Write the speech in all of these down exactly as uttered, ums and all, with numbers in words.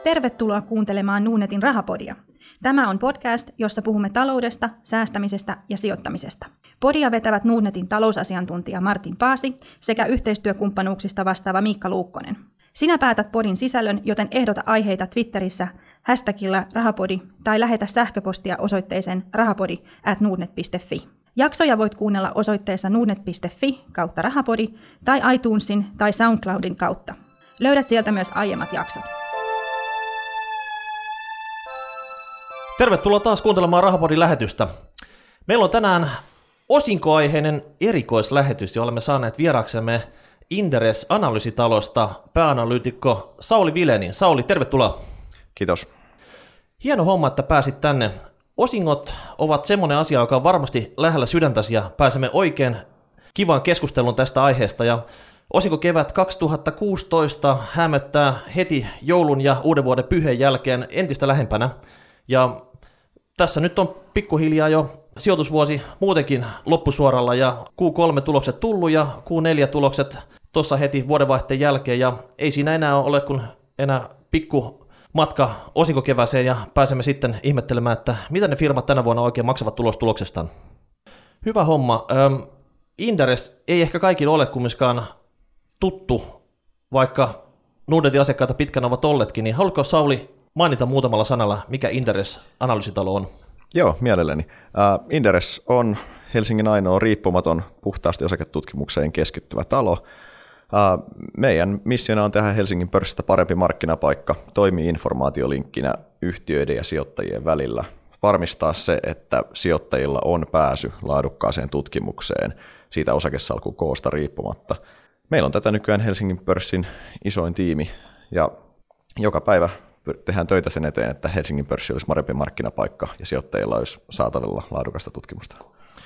Tervetuloa kuuntelemaan Nordnetin Rahapodia. Tämä on podcast, jossa puhumme taloudesta, säästämisestä ja sijoittamisesta. Podia vetävät Nordnetin talousasiantuntija Martin Paasi sekä yhteistyökumppanuuksista vastaava Miikka Luukkonen. Sinä päätät podin sisällön, joten ehdota aiheita Twitterissä hashtagilla rahapodi tai lähetä sähköpostia osoitteeseen rahapodi at nordnet piste fi. Jaksoja voit kuunnella osoitteessa nordnet piste fi kautta rahapodi tai iTunesin tai SoundCloudin kautta. Löydät sieltä myös aiemmat jaksot. Tervetuloa taas kuuntelemaan Rahapodin lähetystä. Meillä on tänään osinkoaiheinen erikoislähetys ja olemme saaneet vieraksemme Inderes-analyysitalosta pääanalyytikko Sauli Vilenin. Sauli, tervetuloa. Kiitos. Hieno homma, että pääsit tänne. Osingot ovat semmoinen asia, joka on varmasti lähellä sydäntäsi ja pääsemme oikein kivaan keskusteluun tästä aiheesta. Ja osinkokevät kaksituhattakuusitoista hämöttää heti joulun ja uuden vuoden pyhien jälkeen entistä lähempänä. Ja tässä nyt on pikkuhiljaa jo sijoitusvuosi muutenkin loppusuoralla ja Q kolme tulokset tullut ja Q neljä tulokset tuossa heti vuodenvaihteen jälkeen. Ja ei siinä enää ole kuin enää pikku matka osinkokevääseen ja pääsemme sitten ihmettelemään, että mitä ne firmat tänä vuonna oikein maksavat tulostuloksestaan. Hyvä homma. Inderes ei ehkä kaikille ole kumminkaan tuttu, vaikka Nordnetin asiakkaita pitkän ovat olleetkin, niin haluatko Sauli mainita muutamalla sanalla, mikä Inderes-analyysitalo on? Joo, mielelläni. Uh, Inderes on Helsingin ainoa riippumaton puhtaasti osaketutkimukseen keskittyvä talo. Uh, meidän missiona on tehdä Helsingin pörssistä parempi markkinapaikka, toimii informaatiolinkkinä yhtiöiden ja sijoittajien välillä, varmistaa se, että sijoittajilla on pääsy laadukkaaseen tutkimukseen siitä osakesalkun koosta riippumatta. Meillä on tätä nykyään Helsingin pörssin isoin tiimi ja joka päivä tehdään töitä sen eteen, että Helsingin pörssi olisi parempi markkinapaikka ja sijoittajilla olisi saatavilla laadukasta tutkimusta.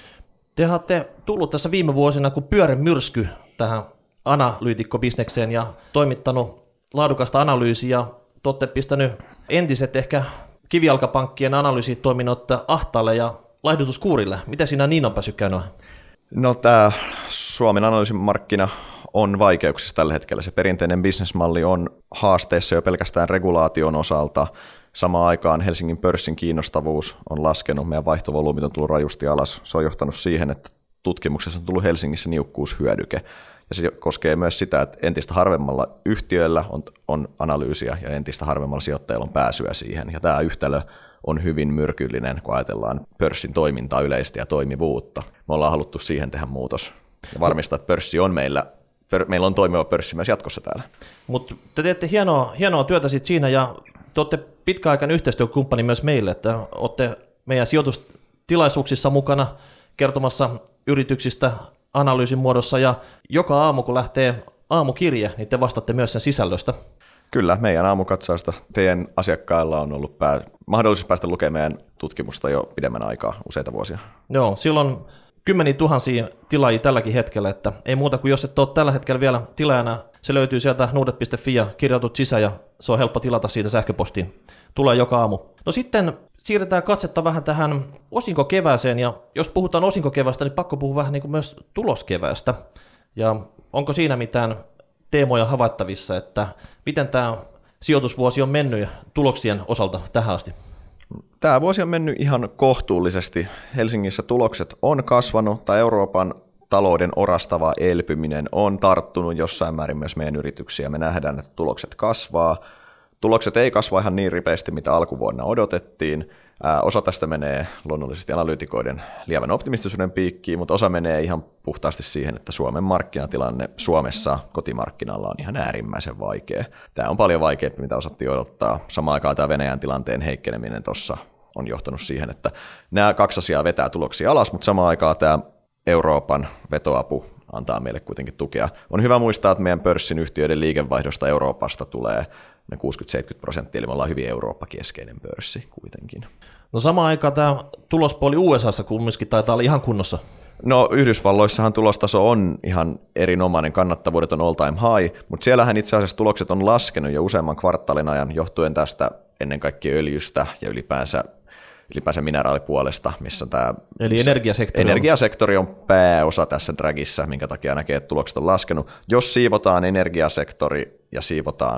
Te olette tullut tässä viime vuosina kuin pyörämyrsky tähän analyytikkobisnekseen ja toimittanut laadukasta analyysiä. Te olette pistänyt entiset ehkä kivijalkapankkien analyysitoiminnot ahtaalle ja laihdutuskuurille. Miten siinä niin on päässyt käymään? No tämä Suomen analyysimarkkina on vaikeuksissa tällä hetkellä. Se perinteinen bisnesmalli on haasteessa jo pelkästään regulaation osalta. Samaan aikaan Helsingin pörssin kiinnostavuus on laskenut, meidän vaihtovolyymit on tullut rajusti alas. Se on johtanut siihen, että tutkimuksessa on tullut Helsingissä niukkuushyödyke. Ja se koskee myös sitä, että entistä harvemmalla yhtiöillä on, on analyysiä ja entistä harvemmalla sijoittajilla on pääsyä siihen. Ja tämä yhtälö on hyvin myrkyllinen, kun ajatellaan pörssin toimintaa yleisesti ja toimivuutta. Me ollaan haluttu siihen tehdä muutos ja varmistaa, että pörssi on meillä, meillä on toimiva pörssi myös jatkossa täällä. Mutta te teette hienoa, hienoa työtä sit siinä ja te olette pitkäaikainen yhteistyökumppani myös meille, että olette meidän sijoitustilaisuuksissa mukana kertomassa yrityksistä analyysin muodossa ja joka aamu kun lähtee aamukirje, niin te vastaatte myös sen sisällöstä. Kyllä, meidän aamukatsausta teidän asiakkailla on ollut pää, mahdollisuus päästä lukemaan meidän tutkimusta jo pidemmän aikaa, useita vuosia. Joo, silloin kymmeniä tuhansia tilaajia tälläkin hetkellä, että ei muuta kuin jos et ole tällä hetkellä vielä tilaajana, se löytyy sieltä nordnet piste fi ja kirjoitut sisään ja se on helppo tilata siitä sähköpostiin. Tulee joka aamu. No sitten siirretään katsetta vähän tähän osinkokevääseen ja jos puhutaan osinkokeväästä, niin pakko puhua vähän niin kuin myös tuloskeväästä. Ja onko siinä mitään teemoja havaittavissa, että miten tämä sijoitusvuosi on mennyt tuloksien osalta tähän asti? Tämä vuosi on mennyt ihan kohtuullisesti. Helsingissä tulokset on kasvanut, tai Euroopan talouden orastava elpyminen on tarttunut jossain määrin myös meidän yrityksiä. Me nähdään, että tulokset kasvaa. Tulokset ei kasva ihan niin ripeästi, mitä alkuvuonna odotettiin. Ää, osa tästä menee luonnollisesti analyytikoiden lievän optimistisuuden piikkiin, mutta osa menee ihan puhtaasti siihen, että Suomen markkinatilanne Suomessa kotimarkkinalla on ihan äärimmäisen vaikea. Tämä on paljon vaikeampi, mitä osattiin odottaa. Samaan aikaan tämä Venäjän tilanteen heikkeneminen tuossa on johtanut siihen, että nämä kaksi asiaa vetää tuloksia alas, mutta samaan aikaan tämä Euroopan vetoapu antaa meille kuitenkin tukea. On hyvä muistaa, että meidän pörssin yhtiöiden liikevaihdosta Euroopasta tulee ne kuusikymmentä seitsemänkymmentä prosenttia, eli me ollaan hyvin Eurooppa-keskeinen pörssi kuitenkin. No samaan aikaan tämä tulospuoli U S A:ssa kumminkin taitaa olla ihan kunnossa. No Yhdysvalloissahan tulostaso on ihan erinomainen, kannattavuudet on all time high, mutta siellähän itse asiassa tulokset on laskenut jo useamman kvartaalin ajan johtuen tästä ennen kaikkea öljystä ja ylipäänsä ylipäänsä mineraalipuolesta, missä tämä Eli energiasektori, energiasektori on pääosa tässä dragissa, minkä takia näkee, että tulokset on laskenut. Jos siivotaan energiasektori ja siivotaan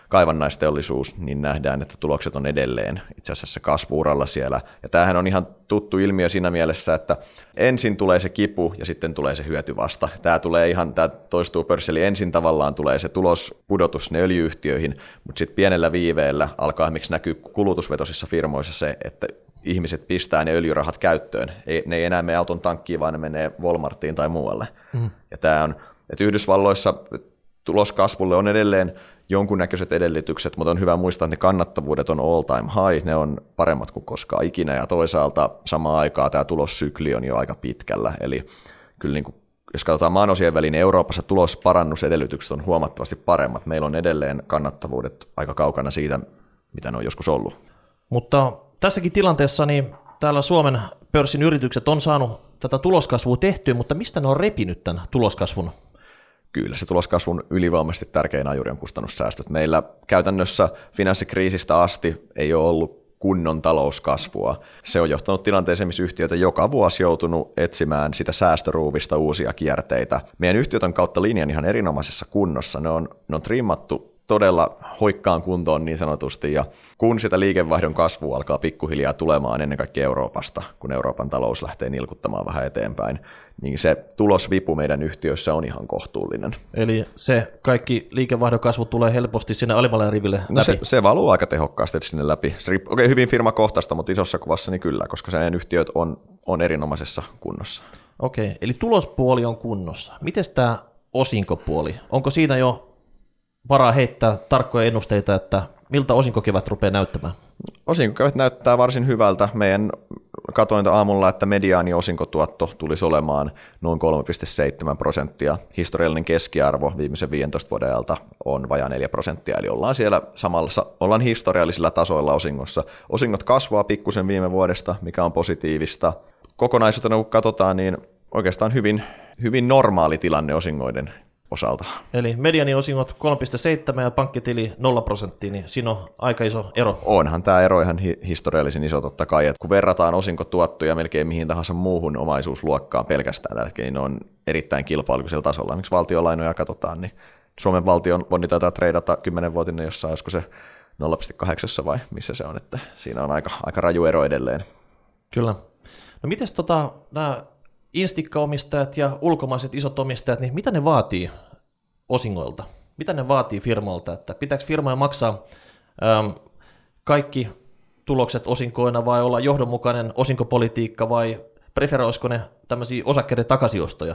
kaivannaisteollisuus, niin nähdään, että tulokset on edelleen itse asiassa kasvu-uralla siellä. Ja tämähän on ihan tuttu ilmiö siinä mielessä, että ensin tulee se kipu ja sitten tulee se hyöty vasta. Tämä tulee ihan, tämä toistuu pörssillä, ensin tavallaan tulee se tulospudotus ne öljyyhtiöihin, mutta sitten pienellä viiveellä alkaa esimerkiksi näkyy kulutusvetoisissa firmoissa se, että ihmiset pistää ne öljyrahat käyttöön. Ei, ne ei enää mene auton tankkiin, vaan ne menee Walmartiin tai muualle. Mm. Ja tämä on, että Yhdysvalloissa tuloskasvulle on edelleen jonkunnäköiset edellytykset, mutta on hyvä muistaa, että ne kannattavuudet on all time high, ne on paremmat kuin koskaan ikinä, ja toisaalta samaan aikaan tämä tulossykli on jo aika pitkällä, eli kyllä niin kuin, jos katsotaan maanosien väliin, niin Euroopassa tulosparannusedellytykset on huomattavasti paremmat, meillä on edelleen kannattavuudet aika kaukana siitä, mitä ne on joskus ollut. Mutta tässäkin tilanteessa niin täällä Suomen pörssin yritykset on saanut tätä tuloskasvua tehtyä, mutta mistä ne on repinyt tämän tuloskasvun? Kyllä se tuloskasvun ylivoimaisesti tärkein ajuri on kustannussäästöt. Meillä käytännössä finanssikriisistä asti ei ole ollut kunnon talouskasvua. Se on johtanut tilanteeseen, missä yhtiöt on joka vuosi joutunut etsimään sitä säästöruuvista uusia kierteitä. Meidän yhtiöt on kautta linjan ihan erinomaisessa kunnossa. Ne on, ne on trimmattu todella hoikkaan kuntoon niin sanotusti, ja kun sitä liikevaihdon kasvua alkaa pikkuhiljaa tulemaan ennen kaikkea Euroopasta, kun Euroopan talous lähtee nilkuttamaan vähän eteenpäin, niin se tulosvipu meidän yhtiöissä on ihan kohtuullinen. Eli se kaikki liikevaihdon kasvu tulee helposti sinne alimmalle riville läpi? No se, se valuu aika tehokkaasti sinne läpi. Se riippuu, okay, hyvin firmakohtaista, mutta isossa kuvassa niin kyllä, koska meidän yhtiöt on, on erinomaisessa kunnossa. Okei, eli tulospuoli on kunnossa. Miten tämä osinkopuoli? Onko siinä jo varaa heittää tarkkoja ennusteita, että miltä osinkokevät rupeaa näyttämään? Osinkokevät näyttää varsin hyvältä. Meidän katoin aamulla, että mediaani osinkotuotto tulisi olemaan noin kolme pilkku seitsemän prosenttia. Historiallinen keskiarvo viimeisen viidentoista vuoden ajalta on vajaa neljä prosenttia, eli ollaan siellä samalla, ollaan historiallisilla tasoilla osingossa. Osingot kasvaa pikkusen viime vuodesta, mikä on positiivista. Kokonaisuutena kun katsotaan, niin oikeastaan hyvin, hyvin normaali tilanne osingoiden osalta. Eli mediaaniosingot kolme pilkku seitsemän ja pankkitili nolla prosenttia, niin siinä on aika iso ero. Onhan tämä ero ihan hi- historiallisen iso totta kai, että kun verrataan osinkotuottoja melkein mihin tahansa muuhun omaisuusluokkaan pelkästään tällä hetkellä, niin ne on erittäin kilpailuisella tasolla. Miksi valtiolainoja katsotaan, niin Suomen valtion bondit taitaa treidata kymmenvuotinen jossain, olisiko se nolla pilkku kahdeksan vai missä se on, että siinä on aika, aika raju ero edelleen. Kyllä. No mites tota, nämä instikkaomistajat ja ulkomaiset isot omistajat, niin mitä ne vaatii osingoilta? Mitä ne vaatii firmoilta? Että pitääkö firmoja maksaa äm, kaikki tulokset osinkoina vai olla johdonmukainen osinkopolitiikka vai preferoisiko ne tämmöisiä osakkeiden takaisinostoja?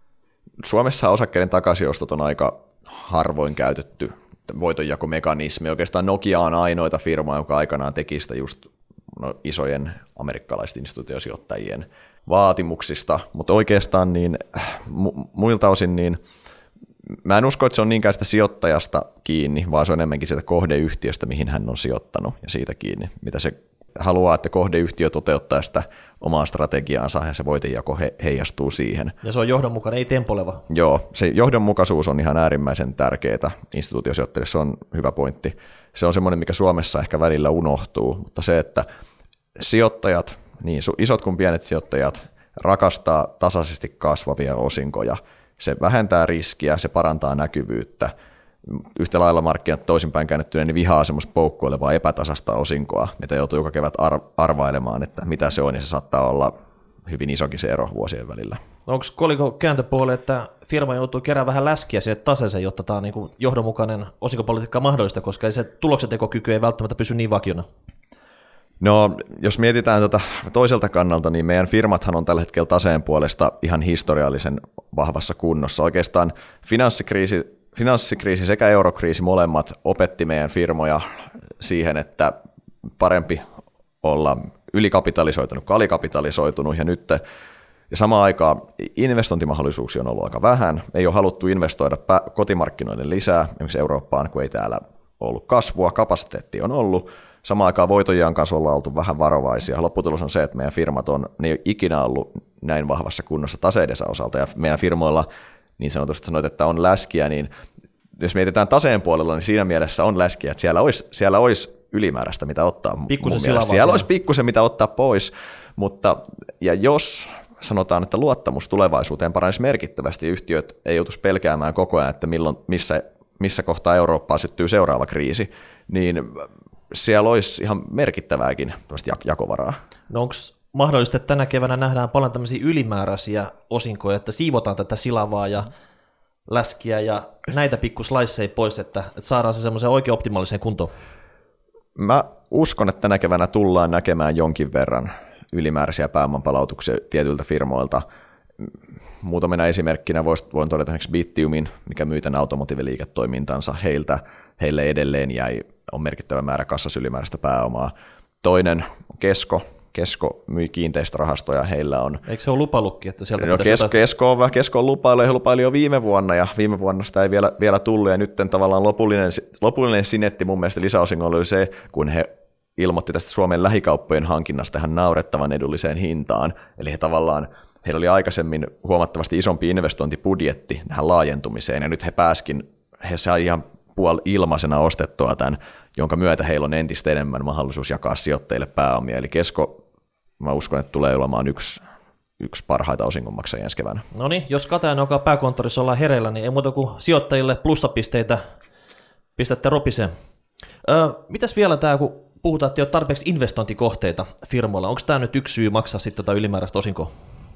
Suomessa osakkeiden takaisinostot on aika harvoin käytetty voitonjakomekanismi. Oikeastaan Nokia on ainoita firmaa, joka aikanaan teki sitä just no, isojen amerikkalaisten instituutiosijoittajien vaatimuksista, mutta oikeastaan niin, mu- muilta osin niin mä en usko, että se on niinkään sitä sijoittajasta kiinni, vaan se on enemmänkin sitä kohdeyhtiöstä, mihin hän on sijoittanut ja siitä kiinni, mitä se haluaa, että kohdeyhtiö toteuttaa sitä omaa strategiaansa ja se voitonjako he- heijastuu siihen. Ja se on johdonmukainen, ei tempoleva. Joo, se johdonmukaisuus on ihan äärimmäisen tärkeää instituutiosijoittajille, se on hyvä pointti. Se on semmoinen, mikä Suomessa ehkä välillä unohtuu, mutta se, että sijoittajat, niin isot kuin pienet sijoittajat, rakastaa tasaisesti kasvavia osinkoja. Se vähentää riskiä, se parantaa näkyvyyttä. Yhtä lailla markkinat toisinpäin käännettynä niin vihaa semmoista poukkoilevaa epätasasta osinkoa, mitä joutuu joka kevät ar- arvailemaan, että mitä se on, ja se saattaa olla hyvin isokin se ero vuosien välillä. Onko koliko kääntöpuoli, että firma joutuu keräämään vähän läskiä sinne taseeseen, jotta tämä on niin kuin johdonmukainen osinkopolitiikka mahdollista, koska se tuloksentekokyky ei välttämättä pysy niin vakiona? No, jos mietitään tuota toiselta kannalta, niin meidän firmathan on tällä hetkellä taseen puolesta ihan historiallisen vahvassa kunnossa. Oikeastaan finanssikriisi, finanssikriisi sekä eurokriisi molemmat opetti meidän firmoja siihen, että parempi olla ylikapitalisoitunut kuin alikapitalisoitunut, ja nyt ja samaan aikaan investointimahdollisuuksia on ollut aika vähän. Ei ole haluttu investoida kotimarkkinoiden lisää, esimerkiksi Eurooppaan, kun ei täällä ollut kasvua, kapasiteetti on ollut. Samaan aikaan voitonjaon kanssa ollaan oltu vähän varovaisia. Lopputulos on se, että meidän firmat on, ne ei ole ikinä ollut näin vahvassa kunnossa taseidensa osalta, ja meidän firmoilla niin sanotusti sanoit, että on läskiä, niin jos mietitään taseen puolella, niin siinä mielessä on läskiä, että siellä olisi, siellä olisi ylimääräistä, mitä ottaa. Pikkusen siellä siellä olisi pikkusen, mitä ottaa pois, mutta ja jos sanotaan, että luottamus tulevaisuuteen paranisi merkittävästi, yhtiöt ei joutuisi pelkäämään koko ajan, että milloin, missä missä kohtaa Eurooppaa syttyy seuraava kriisi, niin siellä olisi ihan merkittävääkin jakovaraa. No onko mahdollista, että tänä keväänä nähdään paljon tämmöisiä ylimääräisiä osinkoja, että siivotaan tätä silavaa ja läskiä ja näitä pikkuslaisseja pois, että, että saadaan se semmoiseen oikein optimaaliseen kuntoon? Mä uskon, että tänä keväänä tullaan näkemään jonkin verran ylimääräisiä pääomanpalautuksia tietyiltä firmoilta. Muutamina esimerkkinä voin todeta esimerkiksi Bittiumin, mikä myy tämän automotiiviliiketoimintansa, heiltä, heille edelleen jäi, on merkittävä määrä kassassa ylimääräistä pääomaa. Toinen Kesko, Kesko myi kiinteistörahastoja, heillä on... Eikö se ole lupalukki, että sieltä no, Kesko, Kesko, on, Kesko on lupailu, ja he lupaili jo viime vuonna, ja viime vuonna sitä ei vielä, vielä tullut, ja nyt tavallaan lopullinen, lopullinen sinetti mun mielestä lisäosingolla oli se, kun he ilmoitti tästä Suomen lähikauppojen hankinnasta ihan naurettavan edulliseen hintaan, eli he tavallaan, heillä oli aikaisemmin huomattavasti isompi investointibudjetti tähän laajentumiseen, ja nyt he pääskin, he sai ihan puol ilmaisena ostettua tämän, jonka myötä heillä on entistä enemmän mahdollisuus jakaa sijoittajille pääomia, eli Kesko, mä uskon, että tulee olemaan yksi, yksi parhaita osingonmaksajia ensi keväänä. No niin, jos Katajan, joka pääkonttorissa ollaan hereillä, niin ei muuta kuin sijoittajille plussapisteitä pistätte ropiseen. Öö, mitäs vielä tämä, kun puhutaan, että ei ole tarpeeksi investointikohteita firmoilla, onko tämä nyt yksi syy maksaa sitten tota ylimääräistä osinkoa?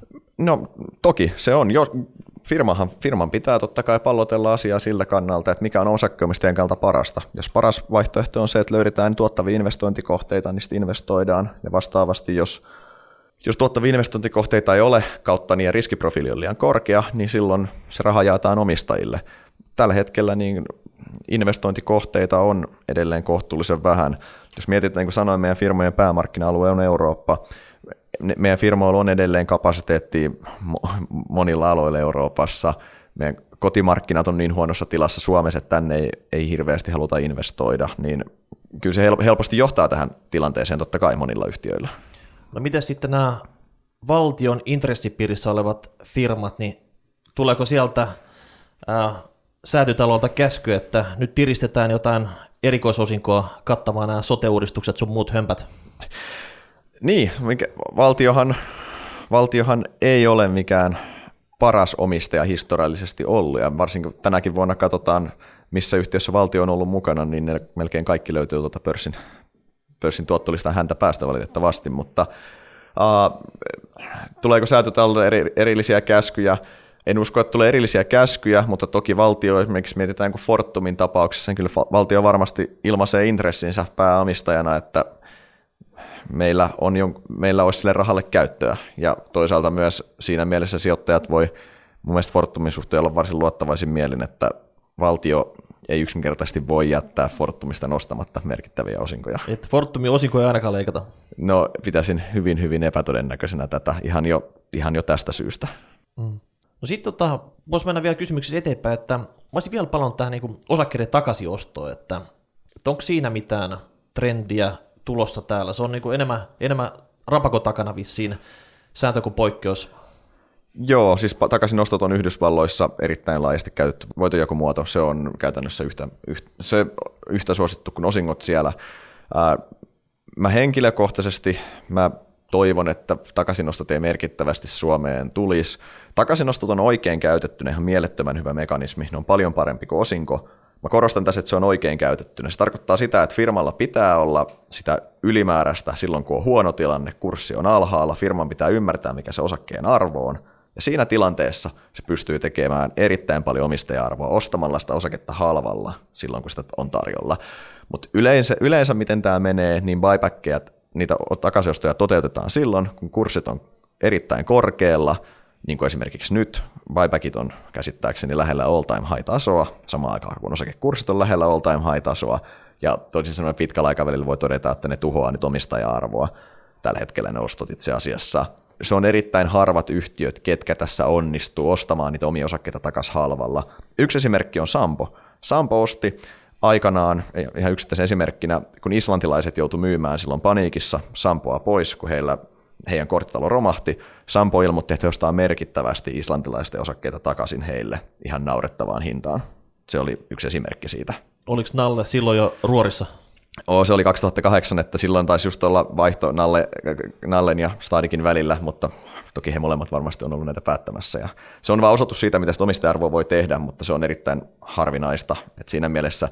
No toki se on jo. Firmahan, firman pitää totta kai pallotella asiaa siltä kannalta, että mikä on osakkeenomistajan kannalta parasta. Jos paras vaihtoehto on se, että löydetään tuottavia investointikohteita, niin sitten investoidaan. Ja vastaavasti, jos, jos tuottavia investointikohteita ei ole kautta niin ja riskiprofiili on liian korkea, niin silloin se raha jaetaan omistajille. Tällä hetkellä niin investointikohteita on edelleen kohtuullisen vähän. Jos mietitään, niin kuin sanoin, meidän firmojen päämarkkina-alue on Eurooppa. Meidän firmoilla on edelleen kapasiteettia monilla aloilla Euroopassa. Meidän kotimarkkinat on niin huonossa tilassa Suomessa, että tänne ei, ei hirveästi haluta investoida. Niin kyllä se helposti johtaa tähän tilanteeseen totta kai monilla yhtiöillä. No miten sitten nämä valtion intressipiirissä olevat firmat, niin tuleeko sieltä ää, säätytalolta käsky, että nyt tiristetään jotain erikoisosinkoa kattamaan nämä sote-uudistukset sun muut hömpät? Niin, mikä, valtiohan, valtiohan ei ole mikään paras omistaja historiallisesti ollut, ja varsinkin tänäkin vuonna katsotaan, missä yhtiössä valtio on ollut mukana, niin ne melkein kaikki löytyy tuota pörssin, pörssin tuottolistan häntä päästä valitettavasti, mutta uh, tuleeko säätötaloudelle eri, erillisiä käskyjä? En usko, että tulee erillisiä käskyjä, mutta toki valtio, esimerkiksi mietitään kuin Fortumin tapauksessa, niin kyllä valtio varmasti ilmaisee intressinsä pääomistajana, että meillä, on jon, meillä olisi sille rahalle käyttöä, ja toisaalta myös siinä mielessä sijoittajat voi mun mielestä Fortumin suhteen olla varsin luottavaisin mielin, että valtio ei yksinkertaisesti voi jättää Fortumista nostamatta merkittäviä osinkoja. Että Fortumin osinkoja ei ainakaan leikata? No pitäisin hyvin, hyvin epätodennäköisenä tätä ihan jo, ihan jo tästä syystä. Mm. No sitten tota, voisi mennä vielä kysymyksessä eteenpäin, että mä olisin vielä palannut tähän niin kuin osakkeiden takaisinostoon, että, että onko siinä mitään trendiä tulossa täällä? Se on niin kuin enemmän, enemmän rapakon takana vissiin sääntö kuin poikkeus. Joo, siis takaisinnostot on Yhdysvalloissa erittäin laajasti käytetty voitonjakomuoto. Se on käytännössä yhtä, yhtä, se yhtä suosittu kuin osingot siellä. Ää, mä henkilökohtaisesti mä toivon, että takaisinnostot ei merkittävästi Suomeen tulisi. Takaisinnostot on oikein käytettynä ihan mielettömän hyvä mekanismi. Ne on paljon parempi kuin osinko. Mä korostan tässä, että se on oikein käytettynä. Se tarkoittaa sitä, että firmalla pitää olla sitä ylimääräistä silloin, kun on huono tilanne, kurssi on alhaalla, firman pitää ymmärtää, mikä se osakkeen arvo on. Ja siinä tilanteessa se pystyy tekemään erittäin paljon omistaja-arvoa ostamalla sitä osaketta halvalla silloin, kun sitä on tarjolla. Mutta yleensä, yleensä miten tämä menee, niin buybackkejä, niitä takaisinostoja toteutetaan silloin, kun kurssit on erittäin korkealla, niin kuin esimerkiksi nyt, buybackit on käsittääkseni lähellä all-time high-tasoa, samaan aikaan kun osakekurssit on lähellä all-time high-tasoa, ja toisin sanoen pitkällä aikavälillä voi todeta, että ne tuhoaa nyt omistaja-arvoa. Tällä hetkellä ne ostot itse asiassa. Se on erittäin harvat yhtiöt, ketkä tässä onnistuu ostamaan niitä omia osakkeita takaisin halvalla. Yksi esimerkki on Sampo. Sampo osti aikanaan, ihan yksittäisen esimerkkinä, kun islantilaiset joutu myymään silloin paniikissa Sampoa pois, kun heillä, heidän korttitalo romahti. Sampo ilmoitti, että he ostaa merkittävästi islantilaisten osakkeita takaisin heille ihan naurettavaan hintaan. Se oli yksi esimerkki siitä. Oliko Nalle silloin jo ruorissa? Oo, se oli kaksituhattakahdeksan, että silloin taisi just olla vaihto Nalle, Nallen ja Stadikin välillä, mutta Toki he molemmat varmasti on ollut näitä päättämässä. Ja se on vain osoitus siitä, mitä sitä omistaja-arvoa voi tehdä, mutta se on erittäin harvinaista. Et siinä mielessä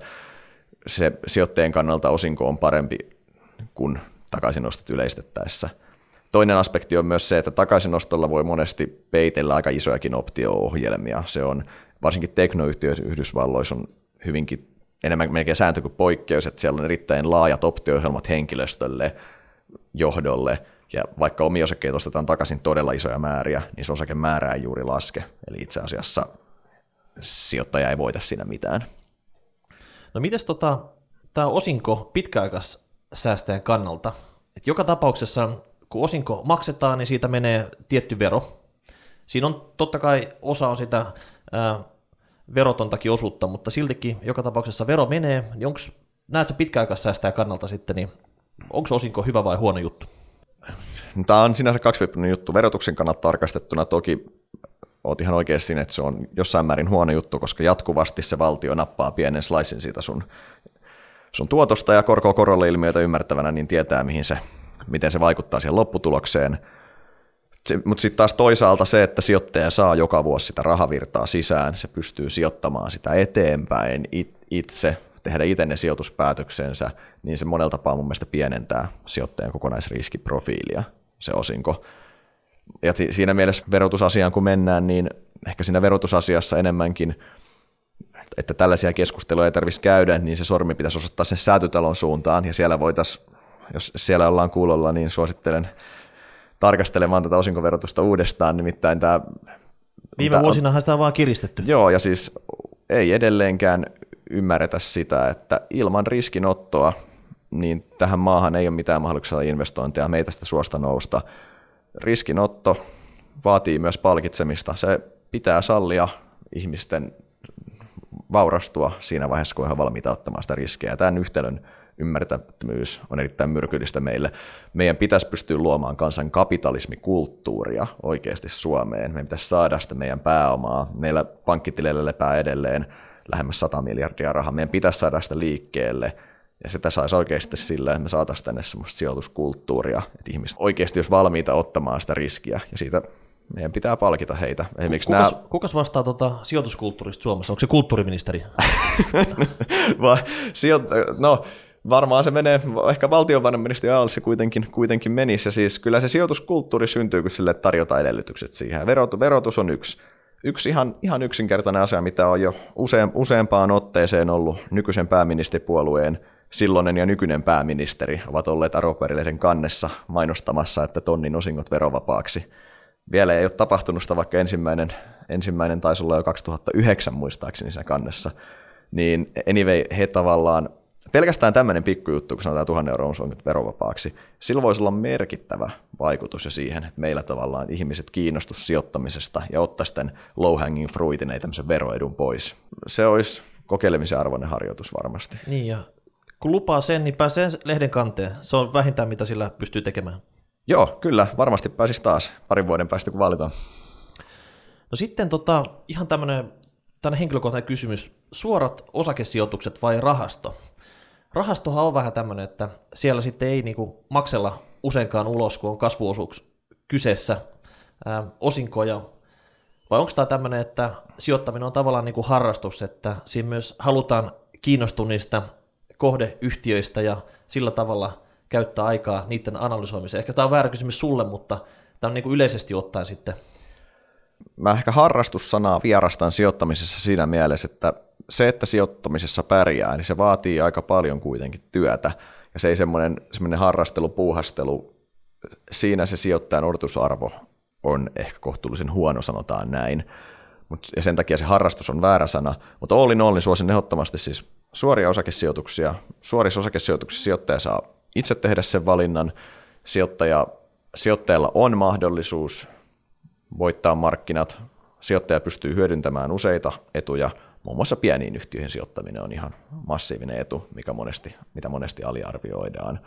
se sijoittajien kannalta osinko on parempi kuin takaisinostot yleistettäessä. Toinen aspekti on myös se, että takaisinostolla voi monesti peitellä aika isojakin optio-ohjelmia. Se on, varsinkin teknoyhtiöissä Yhdysvalloissa on hyvinkin enemmän melkein sääntö kuin poikkeus, että siellä on erittäin laajat optio-ohjelmat henkilöstölle, johdolle, ja vaikka omia osakkeita ostetaan takaisin todella isoja määriä, niin se osakemäärä ei juuri laske. Eli itse asiassa sijoittaja ei voita siinä mitään. No mites tota, tämä osinko pitkäaikaissäästäjän kannalta? Et joka tapauksessa, kun osinko maksetaan, niin siitä menee tietty vero. Siinä on totta kai osa on sitä ää, verotontakin osuutta, mutta siltikin joka tapauksessa vero menee. Niin onks, näet sä pitkäaikaissäästäjän kannalta sitten, niin onko osinko hyvä vai huono juttu? Tämä on sinänsä kaksipiippunen juttu. Verotuksen kannalta tarkastettuna toki olet ihan oikein siinä, että se on jossain määrin huono juttu, koska jatkuvasti se valtio nappaa pienen slicen siitä sun, sun tuotosta ja korko korolle ilmiöitä ymmärtävänä, niin tietää, mihin se, miten se vaikuttaa siihen lopputulokseen. Mutta sitten taas toisaalta se, että sijoittaja saa joka vuosi sitä rahavirtaa sisään, se pystyy sijoittamaan sitä eteenpäin itse, tehdä itse ne sijoituspäätöksensä, niin se monella tapaa mun mielestä pienentää sijoittajan kokonaisriskiprofiilia, se osinko. Ja siinä mielessä verotusasiaan kun mennään, niin ehkä siinä verotusasiassa enemmänkin, että tällaisia keskusteluja ei tarvitsisi käydä, niin se sormi pitäisi osoittaa sen Säätytalon suuntaan, ja siellä voitaisiin, jos siellä ollaan kuulolla, niin suosittelen tarkastelemaan tätä osinkoverotusta uudestaan, nimittäin tämä... Viime tämä, vuosinahan sitä on vaan kiristetty. Joo, ja siis ei edelleenkään ymmärretä sitä, että ilman riskinottoa, niin tähän maahan ei ole mitään mahdollisuuksia investointeja, meitä sitä suosta nousta. Riskinotto vaatii myös palkitsemista. Se pitää sallia ihmisten vaurastua siinä vaiheessa, kun he ovat valmiita ottamaan sitä riskejä. Tämän yhtälön ymmärtämättömyys on erittäin myrkyllistä meille. Meidän pitäisi pystyä luomaan kansan kapitalismikulttuuria oikeasti Suomeen. Meidän pitäisi saada sitä meidän pääomaa. Meillä pankkitileillä lepää edelleen lähemmäs sata miljardia rahaa. Meidän pitäisi saada sitä liikkeelle. Ja sitä saisi oikeasti sillä, että me saataisiin tänne semmoista sijoituskulttuuria, että ihmiset oikeasti olisi valmiita ottamaan sitä riskiä, ja siitä meidän pitää palkita heitä. Kukas, nämä... kukas vastaa tuota sijoituskulttuurista Suomessa? Onko se kulttuuriministeri? no, varmaan se menee, ehkä valtiovarainministeri alle se kuitenkin, kuitenkin menisi, ja siis kyllä se sijoituskulttuuri syntyy, kun sille tarjotaan edellytykset siihen. Verotus on yksi. Yksi ihan, ihan yksinkertainen asia, mitä on jo useen, useampaan otteeseen ollut nykyisen pääministeripuolueen silloinen ja nykyinen pääministeri ovat olleet arvopaperilehden kannessa mainostamassa, että tonnin osingot verovapaaksi. Vielä ei ole tapahtunut sitä, vaikka ensimmäinen, ensimmäinen taisi olla jo kaksituhattayhdeksän muistaakseni siinä kannessa. Niin anyway, he tavallaan, pelkästään tämmöinen pikkujuttu, kun sanotaan tuhannen euron osingot verovapaaksi, sillä voisi olla merkittävä vaikutus jo siihen, että meillä tavallaan ihmiset kiinnostus sijoittamisesta ja ottaisi tämän low hanging fruitin, ei tämmöisen veroedun pois. Se olisi kokeilemisen arvoinen harjoitus varmasti. Niin, ja kun lupaa sen, niin pääsee lehden kanteen. Se on vähintään, mitä sillä pystyy tekemään. Joo, kyllä. Varmasti pääsisi taas parin vuoden päästä, kun valitaan. No sitten tota, ihan tämmöinen, tämmöinen henkilökohtainen kysymys. Suorat osakesijoitukset vai rahasto? Rahastohan on vähän tämmöinen, että siellä sitten ei niinku maksella useinkaan ulos, kun on kasvuosuus kyseessä, ää, osinkoja. Vai onko tämä tämmöinen, että sijoittaminen on tavallaan niinku harrastus, että siinä myös halutaan kiinnostua niistä kohdeyhtiöistä ja sillä tavalla käyttää aikaa niiden analysoimiseen. Ehkä tämä on väärä kysymys sulle, mutta tämä on niin kuin yleisesti ottaen sitten. Mä ehkä harrastussanaa vierastan sijoittamisessa siinä mielessä, että se, että sijoittamisessa pärjää, niin se vaatii aika paljon kuitenkin työtä. Ja se ei semmoinen, semmoinen harrastelu, puuhastelu, siinä se sijoittajan odotusarvo on ehkä kohtuullisen huono, sanotaan näin. Mut, ja sen takia se harrastus on väärä sana. Mutta all in all, niin suosin ehdottomasti siis suoria osakesijoituksia. Suorissa osakesijoituksissa sijoittaja saa itse tehdä sen valinnan. Sijoittaja, sijoittajalla on mahdollisuus voittaa markkinat. Sijoittaja pystyy hyödyntämään useita etuja. Muun muassa pieniin yhtiöihin sijoittaminen on ihan massiivinen etu, mikä monesti, mitä monesti aliarvioidaan.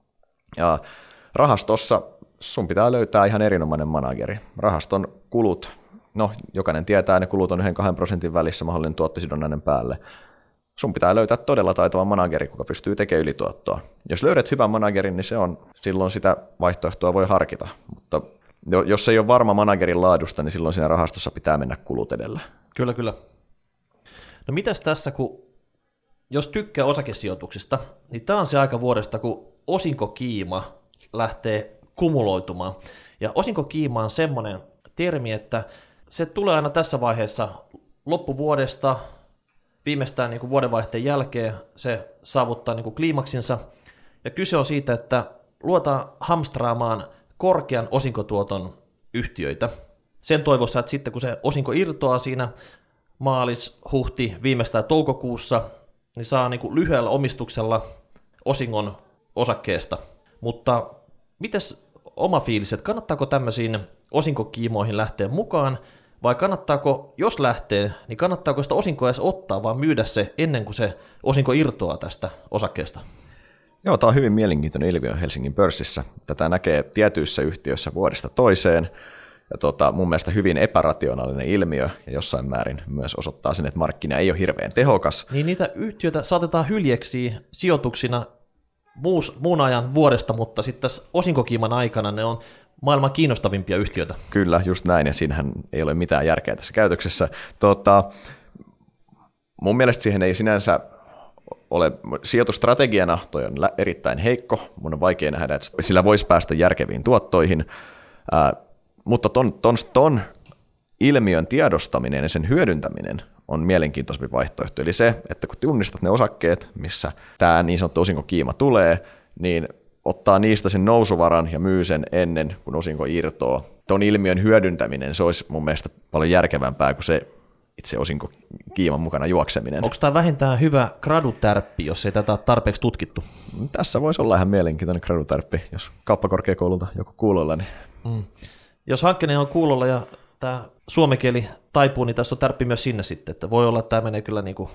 Ja rahastossa sun pitää löytää ihan erinomainen manageri. Rahaston kulut, no jokainen tietää, ne kulut on yhden kahden prosentin välissä, mahdollinen tuottosidonnainen päälle. Sun pitää löytää todella taitava manageri, joka pystyy tekemään ylituottoa. Jos löydät hyvän managerin, niin se on, silloin sitä vaihtoehtoa voi harkita. Mutta Jos ei ole varma managerin laadusta, niin silloin siinä rahastossa pitää mennä kulut edellä. Kyllä, kyllä. No mitäs tässä, kun jos tykkää osakesijoituksista, niin tämä on se aika vuodesta, kun osinkokiima lähtee kumuloitumaan. Ja osinkokiima on semmoinen termi, että se tulee aina tässä vaiheessa loppuvuodesta, viimeistään niin kuin vuodenvaihteen jälkeen se saavuttaa niin kuin kliimaksinsa. Ja kyse on siitä, että luotaan hamstraamaan korkean osinkotuoton yhtiöitä. Sen toivossa, että sitten kun se osinko irtoaa siinä maalis, huhti, viimeistään toukokuussa, niin saa niin kuin lyhyellä omistuksella osingon osakkeesta. Mutta mites oma fiilis, että kannattaako tämmöisiin osinkokiimoihin lähteä mukaan, vai kannattaako, jos lähtee, niin kannattaako sitä osinkoa edes ottaa, vaan myydä se ennen kuin se osinko irtoaa tästä osakkeesta? Joo, tämä on hyvin mielenkiintoinen ilmiö Helsingin pörssissä. Tätä näkee tietyissä yhtiöissä vuodesta toiseen. Ja tota, mun mielestä hyvin epärationaalinen ilmiö, ja jossain määrin myös osoittaa sen, että markkina ei ole hirveän tehokas. Niin niitä yhtiöitä saatetaan hyljeksiä sijoituksina muus, muun ajan vuodesta, mutta sitten tässä osinkokiiman aikana ne on maailman kiinnostavimpia yhtiöitä. Kyllä, just näin, ja siinähän ei ole mitään järkeä tässä käytöksessä. Tota, mun mielestä siihen ei sinänsä ole, sijoitustrategiana toi on erittäin heikko, mun on vaikea nähdä, että sillä voisi päästä järkeviin tuottoihin, ää, mutta ton, ton, ton ilmiön tiedostaminen ja sen hyödyntäminen on mielenkiintoisempi vaihtoehto. Eli se, että kun tunnistat ne osakkeet, missä tämä niin sanottu osinkokiima tulee, niin ottaa niistä sen nousuvaran ja myy sen ennen kuin osinko irtoaa. Ton ilmiön hyödyntäminen, se olisi mun mielestä paljon järkevämpää kuin se itse osinkokiiman mukana juokseminen. Onko tämä vähintään hyvä gradutärppi, jos ei tätä ole tarpeeksi tutkittu? Tässä voisi olla ihan mielenkiintoinen gradutärppi, jos kauppakorkeakoululta joku kuulolla. Niin... Mm. Jos hankkeen on kuulolla ja tämä suomenkieli taipuu, niin tässä on tärppi myös sinne sitten, että voi olla, että tämä menee kyllä niin kuin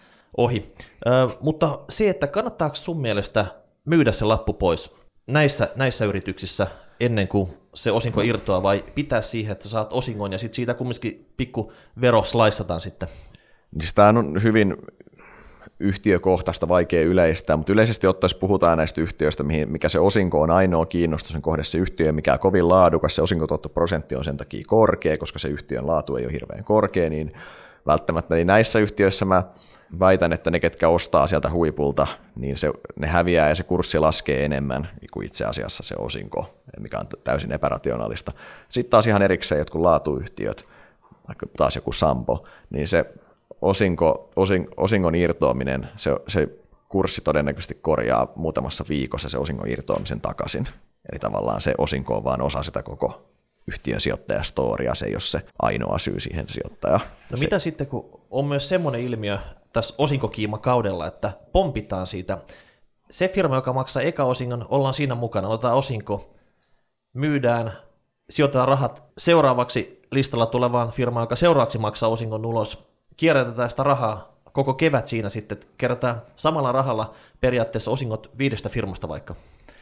ohi. Ö, mutta se, että kannattaako sun mielestä myydä se lappu pois näissä, näissä yrityksissä ennen kuin se osinko irtoaa, vai pitää siihen, että saat osingon ja sitten siitä kumminkin pikku vero slaissataan sitten? Siis tämä on hyvin yhtiökohtaista, vaikea yleistää, mutta yleisesti ottaen puhutaan näistä yhtiöistä, mikä se osinko on ainoa kiinnostuksen kohde se yhtiö, mikä on kovin laadukas, se osinkotuottoprosentti on sen takia korkea, koska se yhtiön laatu ei ole hirveän korkea, niin välttämättä niin näissä yhtiöissä mä väitän, että ne, ketkä ostaa sieltä huipulta, niin se, ne häviää ja se kurssi laskee enemmän kuin itse asiassa se osinko, mikä on täysin epärationaalista. Sitten taas ihan erikseen jotkut laatuyhtiöt, vaikka taas joku Sampo, niin se osinko, osin, osingon irtoaminen, se, se kurssi todennäköisesti korjaa muutamassa viikossa se osingon irtoamisen takaisin. Eli tavallaan se osinko on vaan osa sitä koko yhtiön sijoittajastoria, se ei ole se ainoa syy siihen sijoittajaan. No se... mitä sitten, kun on myös semmoinen ilmiö tässä osinkokiimakaudella, että pompitaan siitä. Se firma, joka maksaa eka osingon, ollaan siinä mukana, otetaan osinko, myydään, sijoitetaan rahat seuraavaksi listalla tulevaan firmaan, joka seuraavaksi maksaa osingon ulos, kierrätetään sitä rahaa koko kevät siinä sitten, että kerätään samalla rahalla periaatteessa osingot viidestä firmasta vaikka.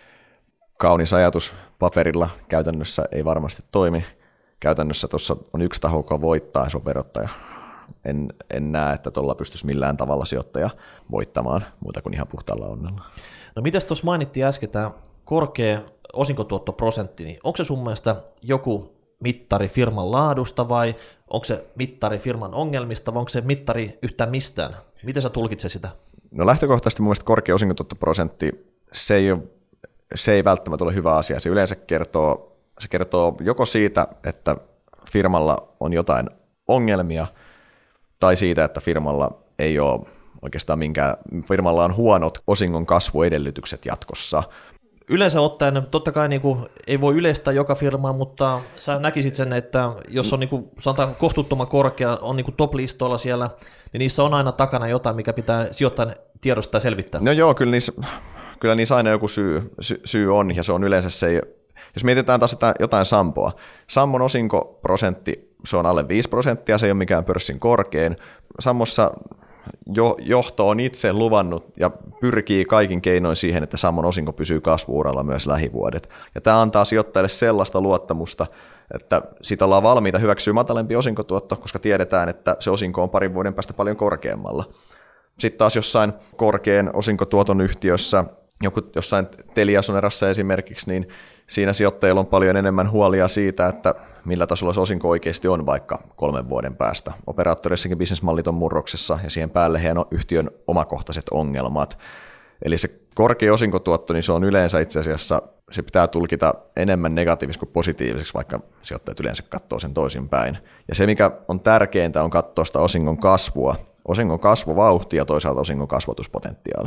Kaunis ajatus paperilla, käytännössä ei varmasti toimi. Käytännössä tuossa on yksi taho, joka voittaa, se on verottaja. En, en näe, että tuolla pystyisi millään tavalla sijoittaja voittamaan muuta kuin ihan puhtaalla onnella. No mitäs tuossa mainittiin äsken tämä korkea osinkotuottoprosentti, niin onko se sun mielestä joku mittari firman laadusta vai onko se mittari firman ongelmista vai onko se mittari yhtään mistään? Miten sä tulkitset sitä? No lähtökohtaisesti mun mielestä korkea osinkotuottoprosentti, se ei, ole, se ei välttämättä ole hyvä asia. Se yleensä kertoo, se kertoo joko siitä, että firmalla on jotain ongelmia, tai siitä, että firmalla ei ole oikeastaan minkään, firmalla on huonot osingon kasvuedellytykset jatkossa. Yleensä ottaen, totta kai niin kuin, ei voi yleistää joka firmaa, mutta sä näkisit sen, että jos on niin kuin, sanotaan kohtuuttoman korkea, on niin kuin top-listoilla siellä, niin niissä on aina takana jotain, mikä pitää sijoittajan tiedostaa ja selvittää. No joo, kyllä niissä, kyllä niissä aina joku syy, sy, syy on, ja se on yleensä se, jos mietitään taas jotain Sampoa, Sammon osinkoprosentti, se on alle viisi prosenttia, se ei ole mikään pörssin korkein. Sammossa jo, johto on itse luvannut ja pyrkii kaikin keinoin siihen, että Sammon osinko pysyy kasvu-uralla myös lähivuodet. Ja tämä antaa sijoittajille sellaista luottamusta, että siitä ollaan valmiita hyväksyä matalempi osinkotuotto, koska tiedetään, että se osinko on parin vuoden päästä paljon korkeammalla. Sitten taas jossain korkean osinkotuoton yhtiössä joku jossain Teliasonerassa esimerkiksi, niin siinä sijoittajilla on paljon enemmän huolia siitä, että millä tasolla se osinko oikeasti on vaikka kolmen vuoden päästä. Operaattoreissakin bisnesmallit on murroksessa ja siihen päälle heidän yhtiön omakohtaiset ongelmat. Eli se korkea osinkotuotto, niin se on yleensä itse asiassa, se pitää tulkita enemmän negatiiviseksi kuin positiiviseksi, vaikka sijoittajat yleensä katsoo sen toisinpäin. Ja se, mikä on tärkeintä, on katsoa sitä osingon kasvua, osingon kasvuvauhti ja toisaalta osingon kasvatuspotentiaali.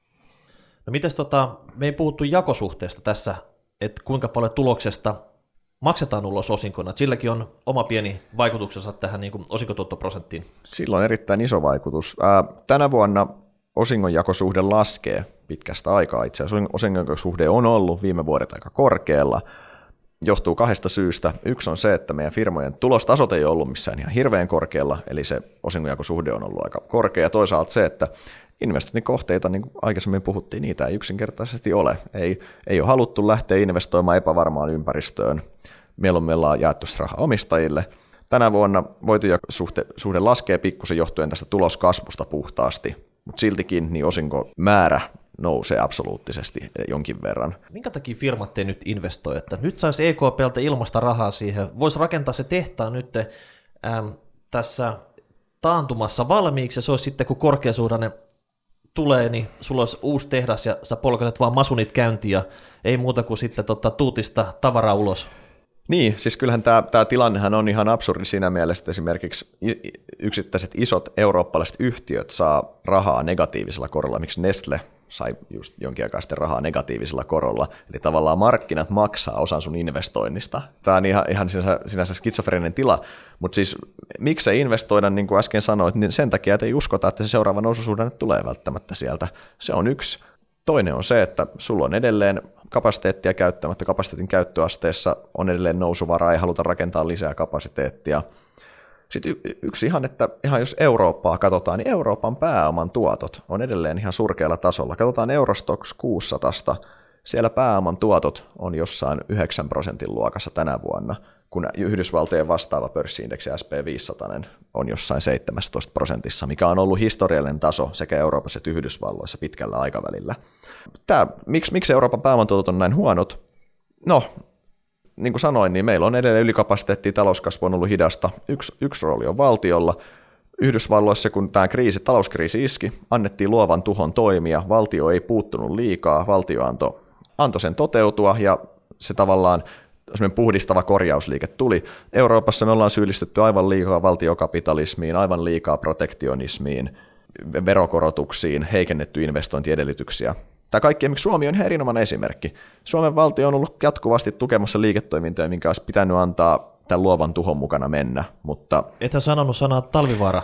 No mites tota, me ei puhuttu jakosuhteesta tässä, että kuinka paljon tuloksesta maksetaan ulos osinkona. Silläkin on oma pieni vaikutuksensa tähän niin kuin osinkotuottoprosenttiin. Sillä on erittäin iso vaikutus. Ää, tänä vuonna osingonjakosuhde laskee pitkästä aikaa. Itse asiassa osingonjakosuhde on ollut viime vuodet aika korkealla. Johtuu kahdesta syystä. Yksi on se, että meidän firmojen tulostasot ei ollut missään ihan hirveän korkealla, eli se osingonjakosuhde on ollut aika korkea. Ja toisaalta se, että investointikohteita, niin kuin aikaisemmin puhuttiin, niitä ei yksinkertaisesti ole. Ei, ei ole haluttu lähteä investoimaan epävarmaan ympäristöön. Mieluummin ollaan jaettu rahaa omistajille. Tänä vuonna voitonjakosuhde suhde laskee pikkusen johtuen tästä tuloskasvusta puhtaasti, mutta siltikin niin osinkomäärä nousee absoluuttisesti jonkin verran. Minkä takia firmat ei nyt investoi? Että nyt saisi E K P:ltä ilmasta rahaa siihen. Voisi rakentaa se tehtaan nyt ähm, tässä taantumassa valmiiksi, ja se olisi sitten, kun korkeasuhdanne tulee, niin sulla olisi uusi tehdas, ja sä polkaiset vaan masunit käyntiin, ja ei muuta kuin sitten tota, tuutista tavaraa ulos. Niin, siis kyllähän tämä, tämä tilannehan on ihan absurdi siinä mielessä, että esimerkiksi yksittäiset isot eurooppalaiset yhtiöt saa rahaa negatiivisella korolla, miksi Nestle sai just jonkin aikaa sitten rahaa negatiivisella korolla, eli tavallaan markkinat maksaa osan sun investoinnista. Tämä on ihan, ihan sinänsä, sinänsä skitsofreeninen tila, mutta siis miksei investoida, niin kuin äsken sanoit, niin sen takia, että ei uskota, että se seuraava noususuhdanne tulee välttämättä sieltä. Se on yksi. Toinen on se, että sulla on edelleen kapasiteettia käyttämättä, kapasiteetin käyttöasteessa on edelleen nousuvaraa, ei haluta rakentaa lisää kapasiteettia. Sitten y- yksi ihan, että ihan jos Eurooppaa katsotaan, niin Euroopan pääoman tuotot on edelleen ihan surkealla tasolla. Katsotaan Eurostoxx kuusisataa, siellä pääoman tuotot on jossain yhdeksän prosentin luokassa tänä vuonna, kun Yhdysvaltojen vastaava pörssiindeksi S and P viisisataa on jossain seitsemäntoista prosentissa, mikä on ollut historiallinen taso sekä Euroopassa että Yhdysvalloissa pitkällä aikavälillä. Tämä, miksi, miksi Euroopan pääomantuotot on näin huonot? No, niin kuin sanoin, niin meillä on edelleen ylikapasiteettia, talouskasvu on ollut hidasta. Yksi, yksi rooli on valtiolla. Yhdysvalloissa, kun tämä kriisi, talouskriisi iski, annettiin luovan tuhon toimia, valtio ei puuttunut liikaa, valtio antoi, antoi sen toteutua, ja se tavallaan semmoinen puhdistava korjausliike tuli. Euroopassa me ollaan syyllistetty aivan liikaa valtiokapitalismiin, aivan liikaa protektionismiin, verokorotuksiin, heikennetty investointiedellytyksiä. Tämä kaikki, miksi Suomi on ihan erinomainen esimerkki. Suomen valtio on ollut jatkuvasti tukemassa liiketoimintoja, minkä olisi pitänyt antaa tämän luovan tuhon mukana mennä. Mutta ethän sanonut sanaa Talvivaara.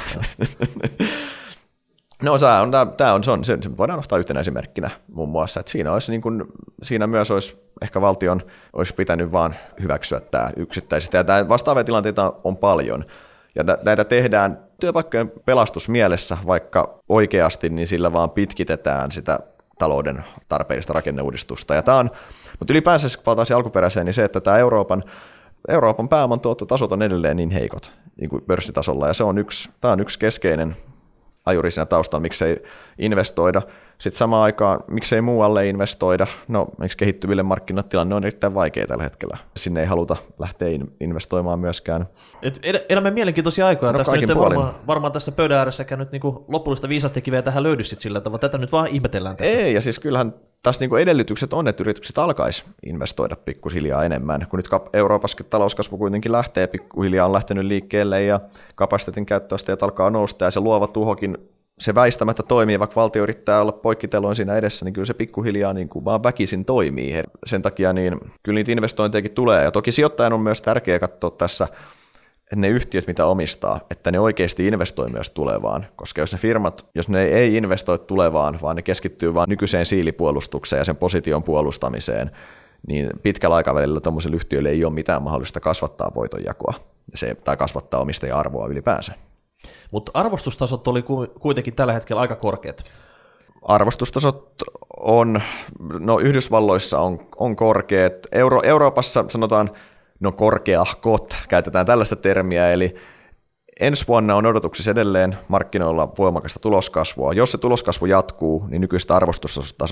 No tämä on, tämä on, se, on, se voidaan nostaa yhtenä esimerkkinä muun muassa, että siinä, olisi niin kuin, siinä myös olisi ehkä valtion olisi pitänyt vaan hyväksyä tämä yksittäisesti. Ja tämä vastaavia tilanteita on paljon, ja näitä tehdään työpaikkojen pelastusmielessä, vaikka oikeasti niin sillä vaan pitkitetään sitä talouden tarpeellista rakenneuudistusta. Ja tämä on, mutta ylipäänsä, kun palataan siihen alkuperäiseen, niin se, että tämä Euroopan, Euroopan pääoman tuottotasot on edelleen niin heikot niin kuin pörssitasolla, ja se on yksi, tämä on yksi keskeinen ajuri siinä taustalla, miksei investoida. Sitten samaan aikaan, miksei muualle investoida. No, miksi kehittyville markkinat tilanne on erittäin vaikea tällä hetkellä. Sinne ei haluta lähteä investoimaan myöskään. Et elämme mielenkiintoisia aikoja. No, tässä nyt varmaan, varmaan tässä pöydän ääressäkään nyt niinku lopullista viisastekiveä tähän löydy sit sillä tavalla. Tätä nyt vaan ihmetellään tässä. Ei, ja siis kyllähän tässä niinku edellytykset on, että yritykset alkaisi investoida pikkuhiljaa enemmän. Kun nyt Euroopassa talouskasvu kuitenkin lähtee, pikkuhiljaa on lähtenyt liikkeelle ja kapasiteetin käyttöasteet alkaa nousta ja se luova tuhokin se väistämättä toimii, vaikka valtio yrittää olla poikkiteloin siinä edessä, niin kyllä se pikkuhiljaa niin kuin vaan väkisin toimii. Sen takia niin kyllä niitä investointejakin tulee. Ja toki sijoittajan on myös tärkeää katsoa tässä, että ne yhtiöt, mitä omistaa, että ne oikeasti investoi myös tulevaan. Koska jos ne firmat, jos ne ei investoi tulevaan, vaan ne keskittyy vain nykyiseen siilipuolustukseen ja sen position puolustamiseen, niin pitkällä aikavälillä tuollaisille yhtiöille ei ole mitään mahdollista kasvattaa voitonjakoa se, tai kasvattaa omistajan arvoa ylipäänsä. Mutta arvostustasot oli kuitenkin tällä hetkellä aika korkeat. Arvostustasot on, no Yhdysvalloissa on, on korkeat. Euro, Euroopassa sanotaan, no korkeahkot, käytetään tällaista termiä, eli ensi vuonna on odotuksissa edelleen markkinoilla voimakasta tuloskasvua. Jos se tuloskasvu jatkuu, niin nykyiset arvostustasot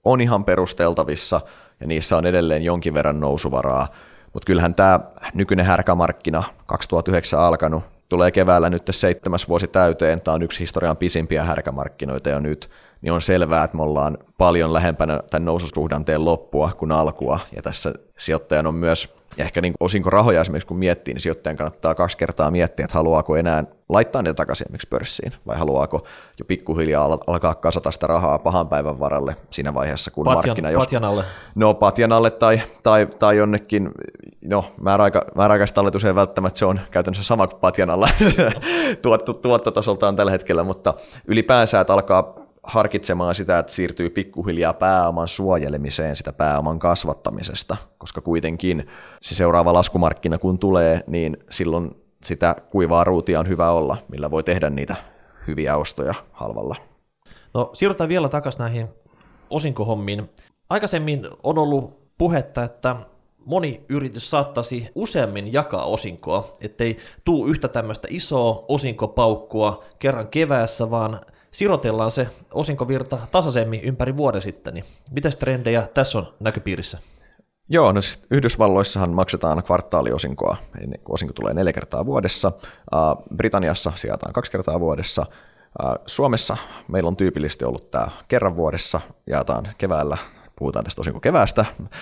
on ihan perusteltavissa ja niissä on edelleen jonkin verran nousuvaraa, mutta kyllähän tämä nykyinen härkämarkkina kaksituhattayhdeksän alkanut, tulee keväällä nyt seitsemäs vuosi täyteen, tämä on yksi historian pisimpiä härkämarkkinoita jo nyt, niin on selvää, että me ollaan paljon lähempänä tämän noususuhdanteen loppua kuin alkua, ja tässä sijoittajan on myös, ja ehkä niin osinkorahoja esimerkiksi kun miettii, niin sijoittajan kannattaa kaksi kertaa miettiä, että haluaako enää laittaa niitä takaisin esimerkiksi pörssiin, vai haluaako jo pikkuhiljaa alkaa kasata sitä rahaa pahan päivän varalle siinä vaiheessa, kun Patjan, markkina... Jos, patjan alle. No patjan alle tai, tai, tai jonnekin, no määräaika, määräaikaistalletus ei välttämättä, se on käytännössä sama kuin patjan alla tuotto, tuottotasoltaan tällä hetkellä, mutta ylipäänsä, että alkaa harkitsemaan sitä, että siirtyy pikkuhiljaa pääoman suojelemiseen sitä pääoman kasvattamisesta, koska kuitenkin se seuraava laskumarkkina kun tulee, niin silloin sitä kuivaa ruutia on hyvä olla, millä voi tehdä niitä hyviä ostoja halvalla. No siirrytään vielä takaisin näihin osinkohommiin. Aikaisemmin on ollut puhetta, että moni yritys saattaisi useammin jakaa osinkoa, ettei tuu yhtä tämmöistä isoa osinkopaukkua kerran keväässä, vaan sirotellaan se osinkovirta tasaisemmin ympäri vuoden sitten. Niin mitäs trendejä tässä on näköpiirissä? Joo, no siis Yhdysvalloissahan maksetaan kvartaaliosinkoa, kun osinko tulee neljä kertaa vuodessa. Britanniassa sijataan kaksi kertaa vuodessa. Suomessa meillä on tyypillisesti ollut tämä kerran vuodessa, jaetaan keväällä, puhutaan tästä osinkokeväästä.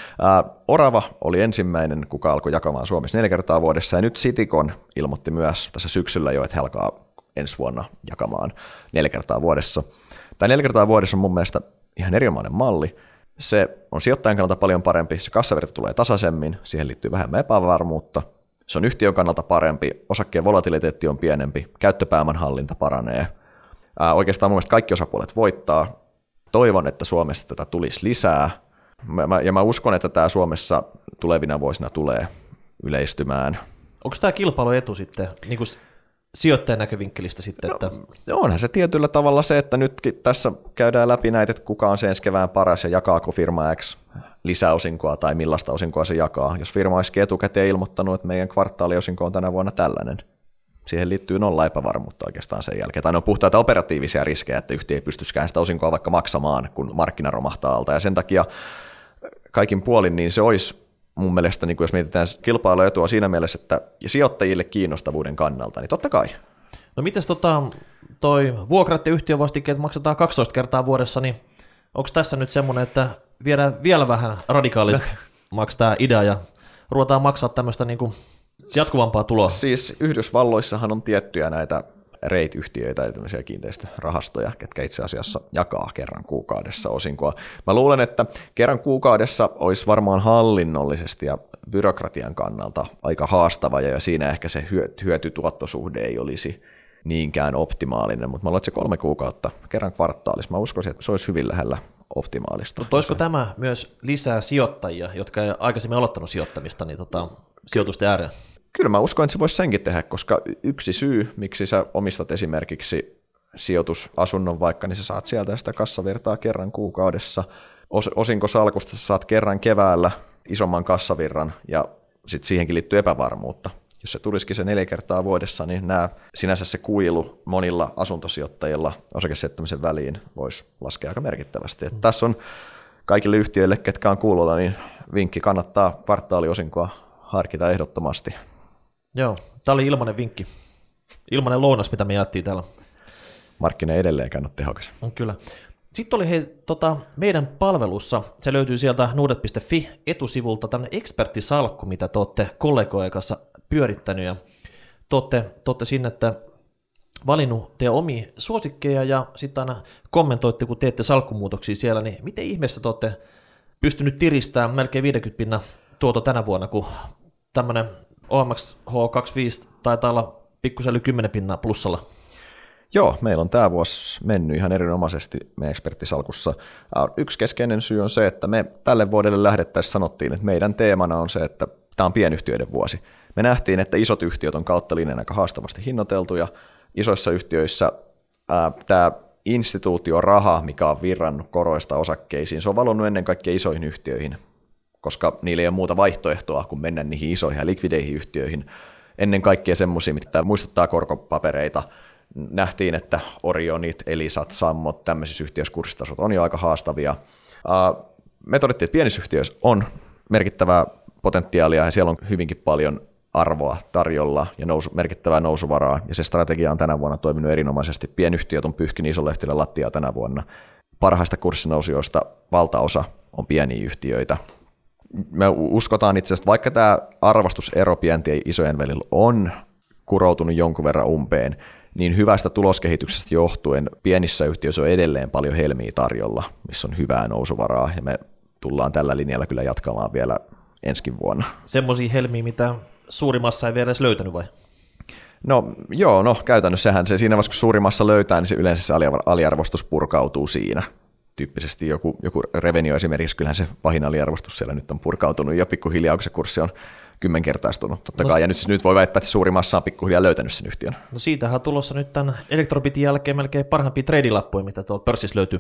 Orava oli ensimmäinen, kuka alkoi jakamaan Suomessa neljä kertaa vuodessa, ja nyt Citycon ilmoitti myös tässä syksyllä jo, että he alkaa ensi vuonna jakamaan neljä kertaa vuodessa. Tämä neljä kertaa vuodessa on mun mielestä ihan erinomainen malli. Se on sijoittajan kannalta paljon parempi, se kassavirta tulee tasaisemmin, siihen liittyy vähemmän epävarmuutta. Se on yhtiön kannalta parempi, osakkeen volatiliteetti on pienempi, käyttöpääoman hallinta paranee. Ää, oikeastaan mun mielestä kaikki osapuolet voittaa. Toivon, että Suomessa tätä tulisi lisää, mä, mä, ja mä uskon, että tämä Suomessa tulevina vuosina tulee yleistymään. Onko tämä kilpailuetu sitten niin kuin sijoittajan näkövinkkelistä sitten? Että... No, onhan se tietyllä tavalla se, että nytkin tässä käydään läpi näitä, että kuka on se ensi kevään paras ja jakaako firma X lisäosinkoa tai millaista osinkoa se jakaa. Jos firma olisikin etukäteen ilmoittanut, että meidän kvartaaliosinko on tänä vuonna tällainen, siihen liittyy nolla epävarmuutta oikeastaan sen jälkeen. Tai ne on puhtaita operatiivisia riskejä, että yhtiö ei pystyisikään sitä osinkoa vaikka maksamaan, kun markkina romahtaa alta. Ja sen takia kaikin puolin niin se olisi mun mielestä, niin jos mietitään kilpailuetua siinä mielessä, että sijoittajille kiinnostavuuden kannalta, niin totta kai. No mites tota, toi vuokrat ja yhtiövastikkeet maksetaan kaksitoista kertaa vuodessa, niin onko tässä nyt semmoinen, että viedään vielä vähän radikaalimmaksi tämä idea ja ruvetaan maksaa tämmöistä niin kuin jatkuvampaa tuloa? Siis Yhdysvalloissahan on tiettyjä näitä R E I T-yhtiöitä ja tämmöisiä kiinteistörahastoja, ketkä itse asiassa jakaa kerran kuukaudessa osinkoa. Mä luulen, että kerran kuukaudessa olisi varmaan hallinnollisesti ja byrokratian kannalta aika haastava, ja siinä ehkä se hyöty-tuottosuhde ei olisi niinkään optimaalinen, mutta mä luulen, että se kolme kuukautta kerran kvartaalissa, mä uskoisin, että se olisi hyvin lähellä optimaalista. Mutta olisiko tämä myös lisää sijoittajia, jotka ei aikaisemmin aloittanut sijoittamista, niin tota, sijoitusten ääreen? Kyllä mä uskon, että se voisi senkin tehdä, koska yksi syy, miksi sä omistat esimerkiksi sijoitusasunnon vaikka, niin sä saat sieltä sitä kassavirtaa kerran kuukaudessa. Os- osinkosalkusta sä saat kerran keväällä isomman kassavirran, ja sitten siihenkin liittyy epävarmuutta. Jos se tulisikin se neljä kertaa vuodessa, niin nämä, sinänsä se kuilu monilla asuntosijoittajilla osakesijoittamisen väliin voisi laskea aika merkittävästi. Mm. Tässä on kaikille yhtiöille, ketkä on kuulolla, niin vinkki kannattaa kvartaaliosinkoa harkita ehdottomasti. Joo, tämä oli ilmainen vinkki. Ilmainen lounas, mitä me jaettiin täällä. Markkina edelleenkään on tehokas. On kyllä. Sitten oli hei, tota, meidän palvelussa, se löytyy sieltä nuudet piste fi etusivulta, tämmöinen eksperttisalkku, mitä te olette kollegojen kanssa pyörittänyt, ja te olette, te olette sinne, että valinnut teidän omia suosikkeja, ja sitten aina kommentoitte, kun teette salkkumuutoksia siellä, niin miten ihmeessä te olette pystynyt tiristämään melkein viisikymmentä pinnan tuoto tänä vuonna, kun tämmöinen O M X H kaksikymmentäviisi taitaa olla pikkusen yli kymmenen pinnaa plussalla. Joo, meillä on tämä vuosi mennyt ihan erinomaisesti meidän eksperttisalkussa. Yksi keskeinen syy on se, että me tälle vuodelle lähdettäisiin sanottiin, että meidän teemana on se, että tämä on pienyhtiöiden vuosi. Me nähtiin, että isot yhtiöt on kautta linjan aika haastavasti hinnoiteltuja. Isoissa yhtiöissä ää, tämä instituutioraha, mikä on virrannut koroista osakkeisiin, se on valonnut ennen kaikkea isoihin yhtiöihin, koska niillä ei ole muuta vaihtoehtoa kuin mennä niihin isoihin ja likvideihin yhtiöihin. Ennen kaikkea semmoisia, mitä muistuttaa korkopapereita, nähtiin, että Orionit, Elisat, Sammot, tämmöisissä yhtiöissä kurssitasot on jo aika haastavia. Me todettiin, että pienissä yhtiöissä on merkittävää potentiaalia ja siellä on hyvinkin paljon arvoa tarjolla ja nousu, merkittävää nousuvaraa, ja se strategia on tänä vuonna toiminut erinomaisesti. Pienyhtiöt on pyyhkinyt Isolehtilä lattiaa tänä vuonna. Parhaista kurssinousijoista valtaosa on pieniä yhtiöitä. Me uskotaan itse asiassa, vaikka tämä arvostusero pienten ja isojen välillä on kuroutunut jonkun verran umpeen, niin hyvästä tuloskehityksestä johtuen pienissä yhtiöissä on edelleen paljon helmiä tarjolla, missä on hyvää nousuvaraa, ja me tullaan tällä linjalla kyllä jatkamaan vielä ensi vuonna. Semmoisia helmiä, mitä suurimassa ei vielä edes löytänyt vai? No joo, no käytännössähän se siinä vaiheessa, kun suurimassa löytää, niin se yleensä se aliarvostus purkautuu siinä. Tyyppisesti joku, joku Revenio esimerkiksi, kyllähän se pahin aliarvostus siellä nyt on purkautunut ja pikkuhiljaa, kun se kurssi on kymmenkertaistunut totta no, kai, ja nyt, nyt voi väittää, että suuri massa on pikkuhiljaa löytänyt sen yhtiön. No siitähän on tulossa nyt tämän Elektrobitin jälkeen melkein parhaimpia treidilappuja, mitä tuolta pörssissä löytyy.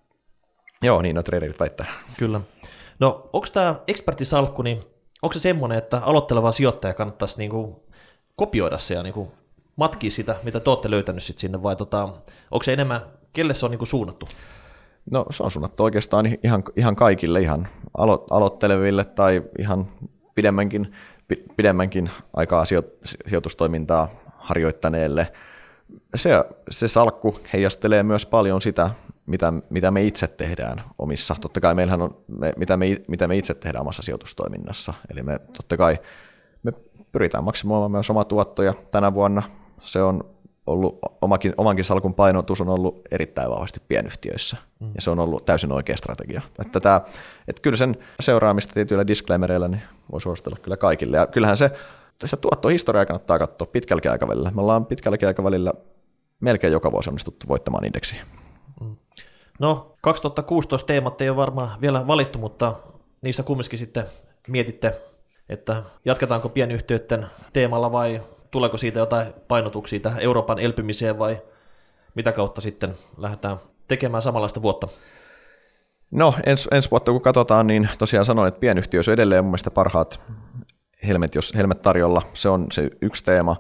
Joo, niin no traderit väittää. Kyllä. No onko tämä ekspertisalkku, niin onko se semmoinen, että aloitteleva sijoittaja kannattaisi niinku kopioida se ja niinku matkia sitä, mitä te olette löytänyt sit sinne, vai tota, onko se enemmän, kelle se on niinku suunnattu? No se on suunnattu oikeastaan ihan, ihan kaikille, ihan alo- aloitteleville tai ihan pidemmänkin, pidemmänkin aikaa sijoitustoimintaa harjoittaneelle. Se, se salkku heijastelee myös paljon sitä, mitä, mitä me itse tehdään omissa. Totta kai meillähän on, me, mitä, me, mitä me itse tehdään omassa sijoitustoiminnassa. Eli me totta kai me pyritään maksimoimaan myös omaa tuottoja tänä vuonna. Se on ollut, omakin, omankin salkun painotus on ollut erittäin vahvasti pienyhtiöissä, mm. ja se on ollut täysin oikea strategia. Että, tämä, että kyllä sen seuraamista tietyillä disclaimereilla niin voi suositella kyllä kaikille. Ja kyllähän se, se tuottohistoriaa kannattaa katsoa pitkälläkin aikavälillä. Me ollaan pitkälläkin aikavälillä melkein joka vuosi onnistuttu voittamaan indeksiä. Mm. No, kaksituhattakuusitoista teemat ei ole varmaan vielä valittu, mutta niissä kumminkin sitten mietitte, että jatketaanko pienyhtiöiden teemalla vai tuleeko siitä jotain painotuksia tähän Euroopan elpymiseen vai mitä kautta sitten lähdetään tekemään samanlaista vuotta? No ens, ensi vuotta kun katsotaan, niin tosiaan sanoin, että pienyhtiöissä on edelleen mun mielestä parhaat helmet, jos helmet tarjolla. Se on se yksi teema.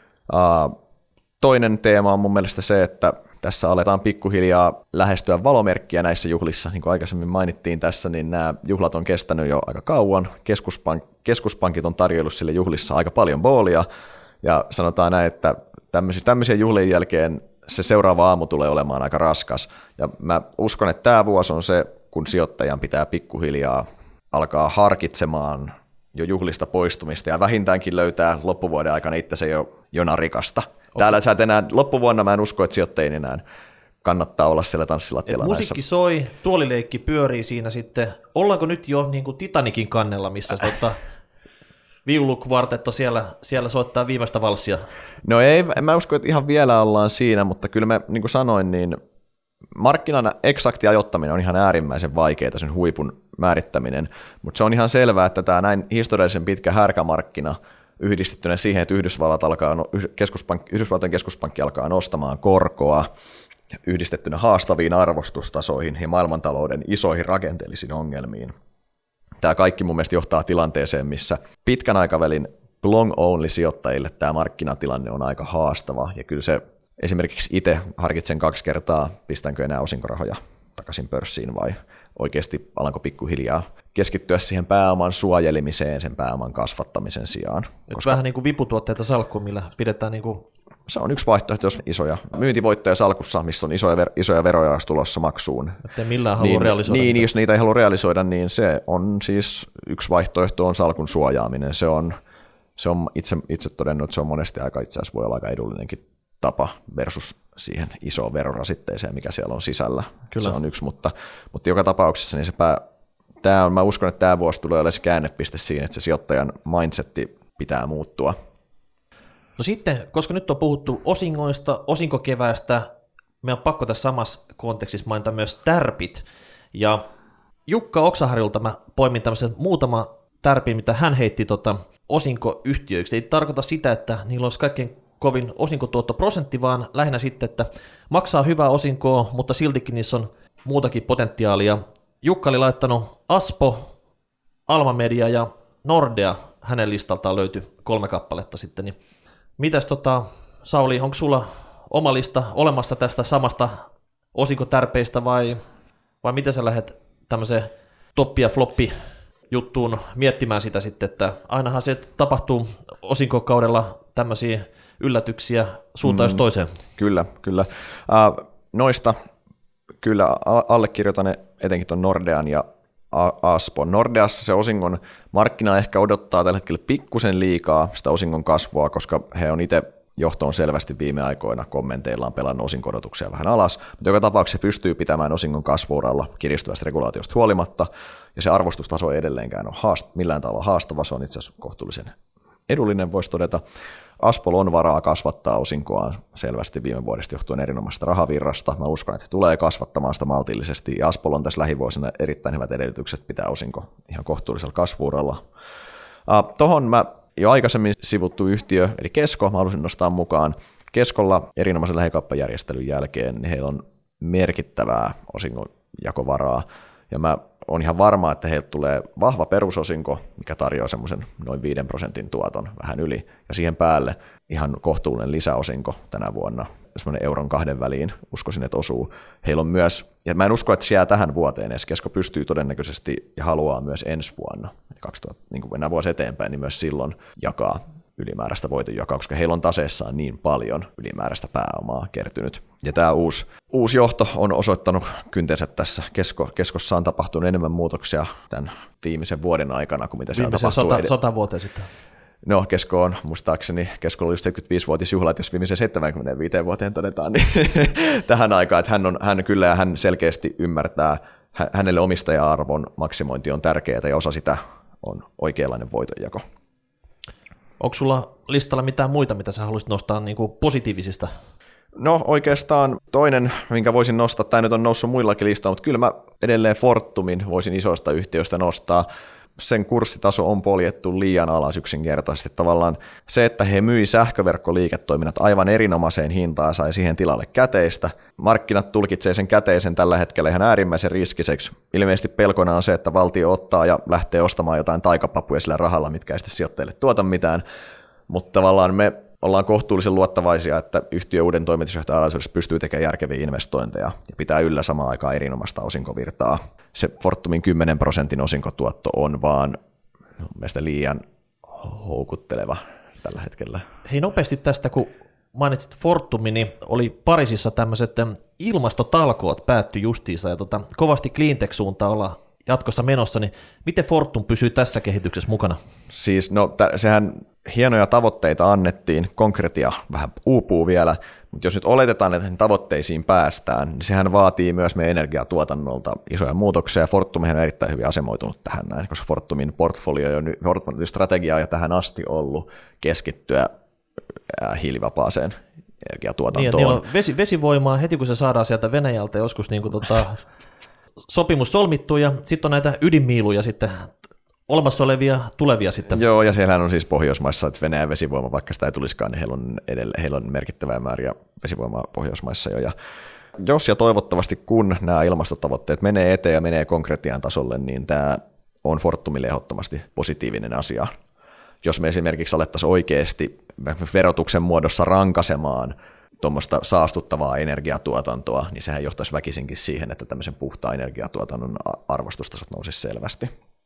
Uh, toinen teema on mun mielestä se, että tässä aletaan pikkuhiljaa lähestyä valomerkkiä näissä juhlissa. Niin kuin aikaisemmin mainittiin tässä, niin nämä juhlat on kestänyt jo aika kauan. Keskuspank, keskuspankit on tarjoillut sille juhlissa aika paljon boolia. Ja sanotaan näin, että tämmöisen juhlien jälkeen se seuraava aamu tulee olemaan aika raskas. Ja mä uskon, että tämä vuosi on se, kun sijoittajan pitää pikkuhiljaa alkaa harkitsemaan jo juhlista poistumista ja vähintäänkin löytää loppuvuoden aikana itsensä jo, jo narikasta. Okay. Täällä sä et enää, loppuvuonna mä en usko, että sijoittajien enää kannattaa olla siellä tanssilattialla. Musiikki soi, tuolileikki pyörii siinä sitten. Ollaanko nyt jo niin kuin Titanikin kannella, missä se ottaa viulukvartetto siellä, siellä soittaa viimeistä valssia? No ei, mä usko, että ihan vielä ollaan siinä, mutta kyllä me, niin kuin sanoin, niin markkinan eksakti ajoittaminen on ihan äärimmäisen vaikeaa, sen huipun määrittäminen, mutta se on ihan selvää, että tämä näin historiallisen pitkä härkämarkkina yhdistettynä siihen, että Yhdysvallat alkaa, keskuspankki, Yhdysvaltojen keskuspankki alkaa nostamaan korkoa, yhdistettynä haastaviin arvostustasoihin ja maailmantalouden isoihin rakenteellisiin ongelmiin. Tämä kaikki mun mielestä johtaa tilanteeseen, missä pitkän aikavälin long-only-sijoittajille tämä markkinatilanne on aika haastava, ja kyllä se esimerkiksi itse harkitsen kaksi kertaa, pistänkö enää osinkorahoja takaisin pörssiin vai oikeasti alanko pikkuhiljaa keskittyä siihen pääoman suojelemiseen sen pääoman kasvattamisen sijaan. Koska vähän niin kuin viputuotteita salkkuun, millä pidetään niin kuin... Se on yksi vaihtoehto, jos isoja myyntivoittoja salkussa, missä on isoja, ver- isoja veroja tulossa maksuun. Että millään halua niin, realisoida. Niin, jos niitä ei halua realisoida, niin se on siis yksi vaihtoehto on salkun suojaaminen. Se on, se on itse, itse todennut, että se on monesti aika itse asiassa voi olla aika edullinenkin tapa versus siihen isoon verorasitteeseen, mikä siellä on sisällä. Kyllä. Se on yksi, mutta, mutta joka tapauksessa niin se pää, tämä on, mä uskon, että tämä vuosi tulee olemaan se käännepiste siinä, että se sijoittajan mindsetti pitää muuttua. No sitten, koska nyt on puhuttu osingoista, osinkokeväästä, meidän on pakko tässä samassa kontekstissa mainita myös tärpit. Ja Jukka Oksaharjulta mä poimin tämmöisen muutama tärpin, mitä hän heitti tota osinkoyhtiöiksi. Ei tarkoita sitä, että niillä olisi kaikkein kovin osinkotuottoprosentti, vaan lähinnä sitten, että maksaa hyvää osinkoa, mutta siltikin niissä on muutakin potentiaalia. Jukka oli laittanut Aspo, Alma Media ja Nordea, hänen listaltaan löytyi kolme kappaletta sitten. Niin mitäs tota, Sauli, onko sulla oma lista olemassa tästä samasta osinkotärpeistä vai, vai miten sä lähdet tämmöiseen toppi- ja floppi-juttuun miettimään sitä sitten, että ainahan se tapahtuu osinkokaudella tämmöisiä yllätyksiä suuntaan jos toiseen. Mm, kyllä, kyllä. Uh, noista kyllä allekirjoitan etenkin tuon Nordean ja Aspon. Nordeassa se osingon markkina ehkä odottaa tällä hetkellä pikkusen liikaa sitä osingon kasvua, koska he on itse johtoon selvästi viime aikoina kommenteillaan pelannut osinkorotuksia vähän alas, mutta joka tapauksessa se pystyy pitämään osingon kasvuuralla kiristyvästä regulaatiosta huolimatta, ja se arvostustaso ei edelleenkään ole haast- millään tavalla haastava, se on itse asiassa kohtuullisen edullinen, voisi todeta. Aspol on varaa kasvattaa osinkoaan selvästi viime vuodesta johtuen erinomaisesta rahavirrasta. Mä uskon, että tulee kasvattamaan sitä maltillisesti, ja Aspol on tässä lähivuosina erittäin hyvät edellytykset pitää osinko ihan kohtuullisella kasvuuralla. Uh, Tuohon mä jo aikaisemmin sivuttu yhtiö, eli Kesko, mä haluaisin nostaa mukaan. Keskolla erinomaisen lähikauppajärjestelyn jälkeen niin heillä on merkittävää osingonjakovaraa, ja mä oon ihan varma, että heiltä tulee vahva perusosinko, mikä tarjoaa semmoisen noin viiden prosentin tuoton vähän yli, ja siihen päälle ihan kohtuullinen lisäosinko tänä vuonna, semmoinen euron kahden väliin, uskoisin, että osuu. Heillä on myös, ja mä en usko, että se jää tähän vuoteen edes, Kesko pystyy todennäköisesti ja haluaa myös ensi vuonna, kaksituhatta, niin kuin mennään vuosi eteenpäin, niin myös silloin jakaa ylimääräistä voitonjakoa, koska heillä on taseessaan niin paljon ylimääräistä pääomaa kertynyt. Ja tämä uusi, uusi johto on osoittanut kyntensä tässä. Kesko, Keskossa on tapahtunut enemmän muutoksia tämän viimeisen vuoden aikana kuin mitä siellä tapahtuu. Viimeisen sata vuoteen sitten. No, Kesko on, muistaakseni, Kesko oli just seitsemänkymmentäviisivuotisjuhlat, jos viimeisen seitsemänkymmentäviisi vuoteen todetaan, niin tähän aikaan, että hän, on, hän kyllä ja hän selkeästi ymmärtää, hänelle omistaja-arvon maksimointi on tärkeää ja osa sitä on oikeanlainen voitonjako. Onko sulla listalla mitään muita, mitä sä haluaisit nostaa niin kuin positiivisista? No oikeastaan toinen, minkä voisin nostaa, tämä nyt on noussut muillakin listalla, mutta kyllä mä edelleen Fortumin voisin isoista yhtiöistä nostaa. Sen kurssitaso on poljettu liian alas yksinkertaisesti. Tavallaan se, että he myi sähköverkkoliiketoiminnat aivan erinomaiseen hintaan ja sai siihen tilalle käteistä. Markkinat tulkitsee sen käteisen tällä hetkellä ihan äärimmäisen riskiseksi. Ilmeisesti pelkona on se, että valtio ottaa ja lähtee ostamaan jotain taikapapuja sillä rahalla, mitkä ei sitten sijoittajille tuota mitään. Mutta tavallaan me ollaan kohtuullisen luottavaisia, että yhtiö uuden toimitusjohtajan alaisuudessa pystyy tekemään järkeviä investointeja ja pitää yllä samaan aikaan erinomaista osinkovirtaa. Se Fortumin kymmenen prosentin osinkotuotto on vaan mielestäni liian houkutteleva tällä hetkellä. Hei, nopeasti tästä, kun mainitsit Fortumin, niin oli Pariisissa tämmöiset ilmastotalkoot päätty justiinsa ja tota, kovasti cleantech-suuntaan olla jatkossa menossa, niin miten Fortum pysyy tässä kehityksessä mukana? Siis no, t- sehän hienoja tavoitteita annettiin, konkretia vähän uupuu vielä, mutta jos nyt oletetaan, että tavoitteisiin päästään, niin sehän vaatii myös meidän energiatuotannolta isoja muutoksia, ja Fortum on erittäin hyvin asemoitunut tähän näin, koska Fortumin portfolio ja Fortumin strategia on jo tähän asti ollut keskittyä hiilivapaaseen energiatuotantoon. Niin, on vesi, vesivoimaa heti, kun se saadaan sieltä Venäjältä joskus niin kuin tota, sopimus solmittu, ja sitten on näitä ydinmiiluja sitten, olemassa olevia, tulevia sitten. Joo, ja siellähän on siis Pohjoismaissa, että Venäjän vesivoima, vaikka sitä ei tulisikaan, niin heillä on, edelleen, heillä on merkittävää määriä vesivoimaa Pohjoismaissa jo. Ja jos ja toivottavasti kun nämä ilmastotavoitteet menee eteen ja menee konkretian tasolle, niin tämä on Fortumille ehdottomasti positiivinen asia. Jos me esimerkiksi alettaisiin oikeasti verotuksen muodossa rankasemaan tuommoista saastuttavaa energiatuotantoa, niin sehän johtaisi väkisinkin siihen, että tämmöisen puhtaan energiatuotannon arvostustasot nousisi selvästi.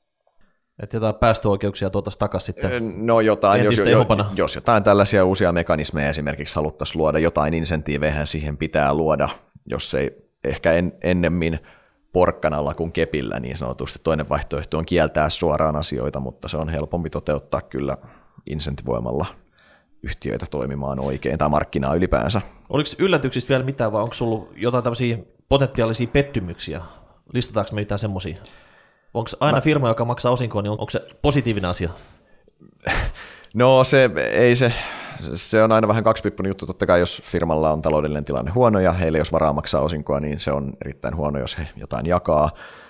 Että jotain päästöoikeuksia tuotaisiin takaisin sitten no jotain, jos, jos, jos jotain tällaisia uusia mekanismeja esimerkiksi haluttaisiin luoda, jotain insentiivejä siihen pitää luoda, jos ei ehkä en, ennemmin porkkanalla kuin kepillä niin sanotusti. Toinen vaihtoehto on kieltää suoraan asioita, mutta se on helpompi toteuttaa kyllä insentivoimalla yhtiöitä toimimaan oikein tai markkinaa ylipäänsä. Oliko yllätyksistä vielä mitään vai onko ollut jotain tämmöisiä potentiaalisia pettymyksiä? Listataanko me mitään semmoisia? Onko aina Mä... firma, joka maksaa osinkoa, niin onko se positiivinen asia? No se ei se, se on aina vähän kaksipiippunen juttu. Totta kai jos firmalla on taloudellinen tilanne huono ja heille jos varaa maksaa osinkoa, niin se on erittäin huono, jos he jotain jakaa.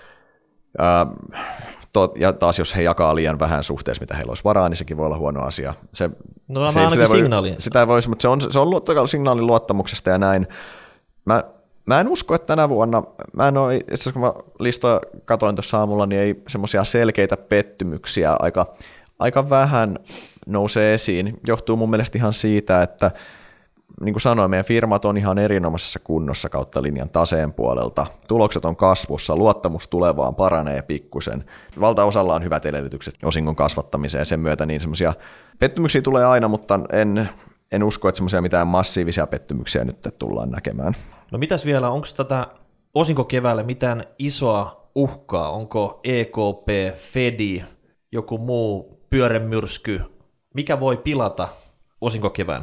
Ja taas jos he jakaa liian vähän suhteessa, mitä heillä olisi varaa, niin sekin voi olla huono asia. Se, no se, ainakin signaali. Sitä ei voisi, mutta se on, se on signaalin luottamuksesta ja näin. Mä, mä en usko, että tänä vuonna, mä en ole, itse asiassa kun mä listoja katoin tuossa aamulla, niin ei semmoisia selkeitä pettymyksiä aika, aika vähän nousee esiin. Johtuu mun mielestä ihan siitä, että niin kuin sanoin, meidän firmat on ihan erinomaisessa kunnossa kautta linjan taseen puolelta. Tulokset on kasvussa, luottamus tulevaan paranee pikkusen. Valtaosalla on hyvät edellytykset osingon kasvattamiseen ja sen myötä niin semmoisia pettymyksiä tulee aina, mutta en, en usko, että semmoisia mitään massiivisia pettymyksiä nyt tullaan näkemään. No mitäs vielä, onko tätä osinkokeväällä mitään isoa uhkaa? Onko E K P, Fedi, joku muu pyörremyrsky? Mikä voi pilata osinkokevään?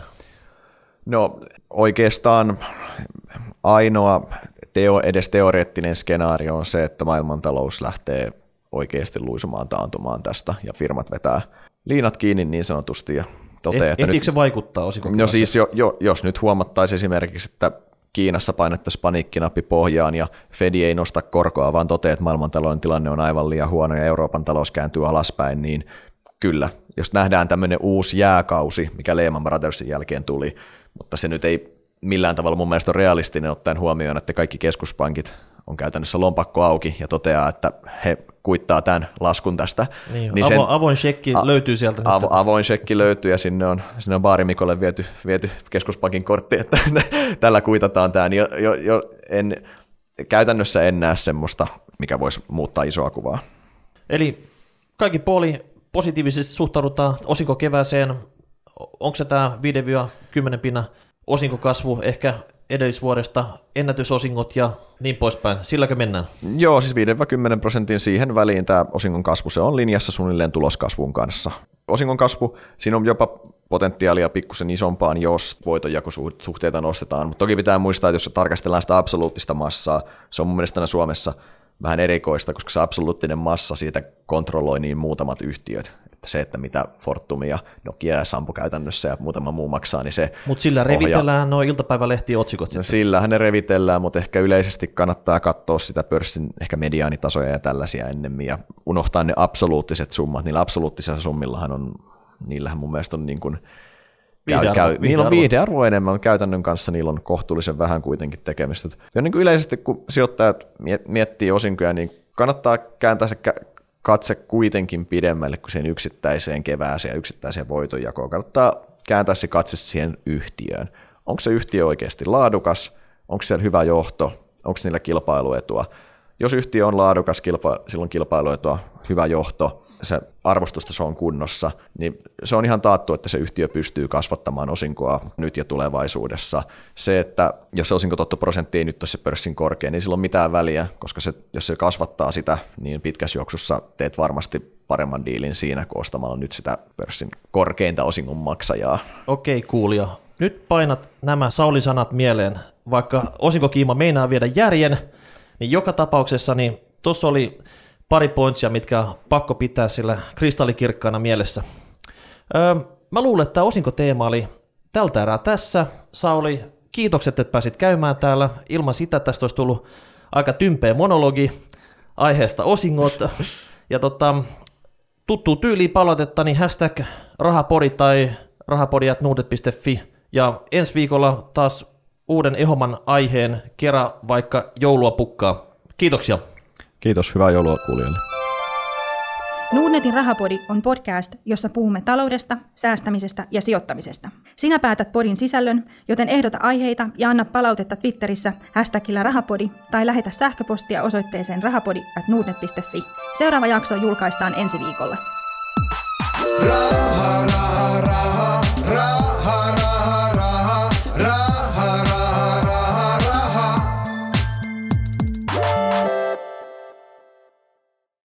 No oikeastaan ainoa teo, edes teoreettinen skenaario on se, että maailmantalous lähtee oikeasti luisumaan taantumaan tästä ja firmat vetää liinat kiinni niin sanotusti ja toteaa, että ehtiikö nyt, se vaikuttaa osinkokeväässä? No siis jo, jo, jos nyt huomattaisiin esimerkiksi, että Kiinassa painettaisiin paniikkinappi pohjaan ja Fedi ei nosta korkoa, vaan toteaa, että maailmantalouden tilanne on aivan liian huono ja Euroopan talous kääntyy alaspäin, niin kyllä, jos nähdään tämmöinen uusi jääkausi, mikä Lehman Brothersin jälkeen tuli, mutta se nyt ei millään tavalla mun mielestä ole realistinen ottaen huomioon, että kaikki keskuspankit on käytännössä lompakko auki ja toteaa, että he kuittaa tämän laskun tästä. Niin, niin sen, avo, avoin shekki a, löytyy sieltä. Avo, avoin shekki löytyy ja sinne on, sinne on Baarimikolle viety, viety keskuspankin kortti, että tällä kuitataan tämä. Niin jo, jo, jo en, käytännössä en näe semmoista, mikä voisi muuttaa isoa kuvaa. Eli kaikki puoli positiivisesti suhtaudutaan osinkokevääseen. Onko se tämä viisi kymmenen pinnan osinkokasvu ehkä edellisvuodesta, ennätysosingot ja niin poispäin? Silläkö mennään? Joo, siis viisi kymmenen prosentin siihen väliin tämä osingon kasvu, se on linjassa suunnilleen tuloskasvun kanssa. Osingon kasvu, siinä on jopa potentiaalia pikkusen isompaan, jos voitonjakosuhteita nostetaan, mutta toki pitää muistaa, että jos tarkastellaan sitä absoluuttista massaa, se on mun mielestä Suomessa vähän erikoista, koska se absoluuttinen massa siitä kontrolloi niin muutamat yhtiöt. Että se, että mitä Fortum ja Nokia ja Sampo käytännössä ja muutama muu maksaa, niin se Mutta sillä revitellään nuo iltapäivälehtien otsikot. No sillähän ne revitellään, mutta ehkä yleisesti kannattaa katsoa sitä pörssin ehkä mediaanitasoja ja tällaisia ennemmin ja unohtaa ne absoluuttiset summat. Niillä absoluuttisilla summillahan on, niillähän mun mielestä on niin kuin Käy, käy, niillä on viihdearvo enemmän, käytännön kanssa niillä on kohtuullisen vähän kuitenkin tekemistä. Ja niin kuin yleisesti, kun sijoittajat miettii osinkoja, niin kannattaa kääntää se katse kuitenkin pidemmälle kuin siihen yksittäiseen kevääseen ja yksittäiseen voitonjakoon. Kannattaa kääntää se katse siihen yhtiöön. Onko se yhtiö oikeasti laadukas? Onko siellä hyvä johto? Onko niillä kilpailuetua? Jos yhtiö on laadukas, kilpa, silloin kilpailuetua, hyvä johto, se arvostustaso on kunnossa, niin se on ihan taattu, että se yhtiö pystyy kasvattamaan osinkoa nyt ja tulevaisuudessa. Se, että jos se osinkotottoprosentti ei nyt ole se pörssin korkea, niin sillä on mitään väliä, koska se, jos se kasvattaa sitä, niin pitkässä juoksussa teet varmasti paremman diilin siinä, kun ostamalla nyt sitä pörssin korkeinta osingon maksajaa. Okei, kuulija. Nyt painat nämä Saulin sanat mieleen. Vaikka osinkokiima meinaa viedä järjen, niin joka tapauksessa niin tuossa oli pari pointsia, mitkä on pakko pitää sillä kristallikirkkaana mielessä. Öö, mä luulen, että tämä osinkoteema oli tältä erää tässä. Sauli, kiitokset, että pääsit käymään täällä. Ilman sitä tästä olisi tullut aika tympeä monologi aiheesta osingot. Ja tota, tuttuu tyyliin palautetta, niin hashtag rahapodi tai rahapodi at nuudet piste fi. Ja ensi viikolla taas uuden ehoman aiheen kerran vaikka joulua pukkaa. Kiitoksia. Kiitos, hyvää joulua kuulijoille. Nordnetin Rahapodi on podcast, jossa puhumme taloudesta, säästämisestä ja sijoittamisesta. Sinä päätät podin sisällön, joten ehdota aiheita ja anna palautetta Twitterissä hashtagillä rahapodi tai lähetä sähköpostia osoitteeseen rahapodi at nuudnet piste fi. Seuraava jakso julkaistaan ensi viikolla. Raha, raha.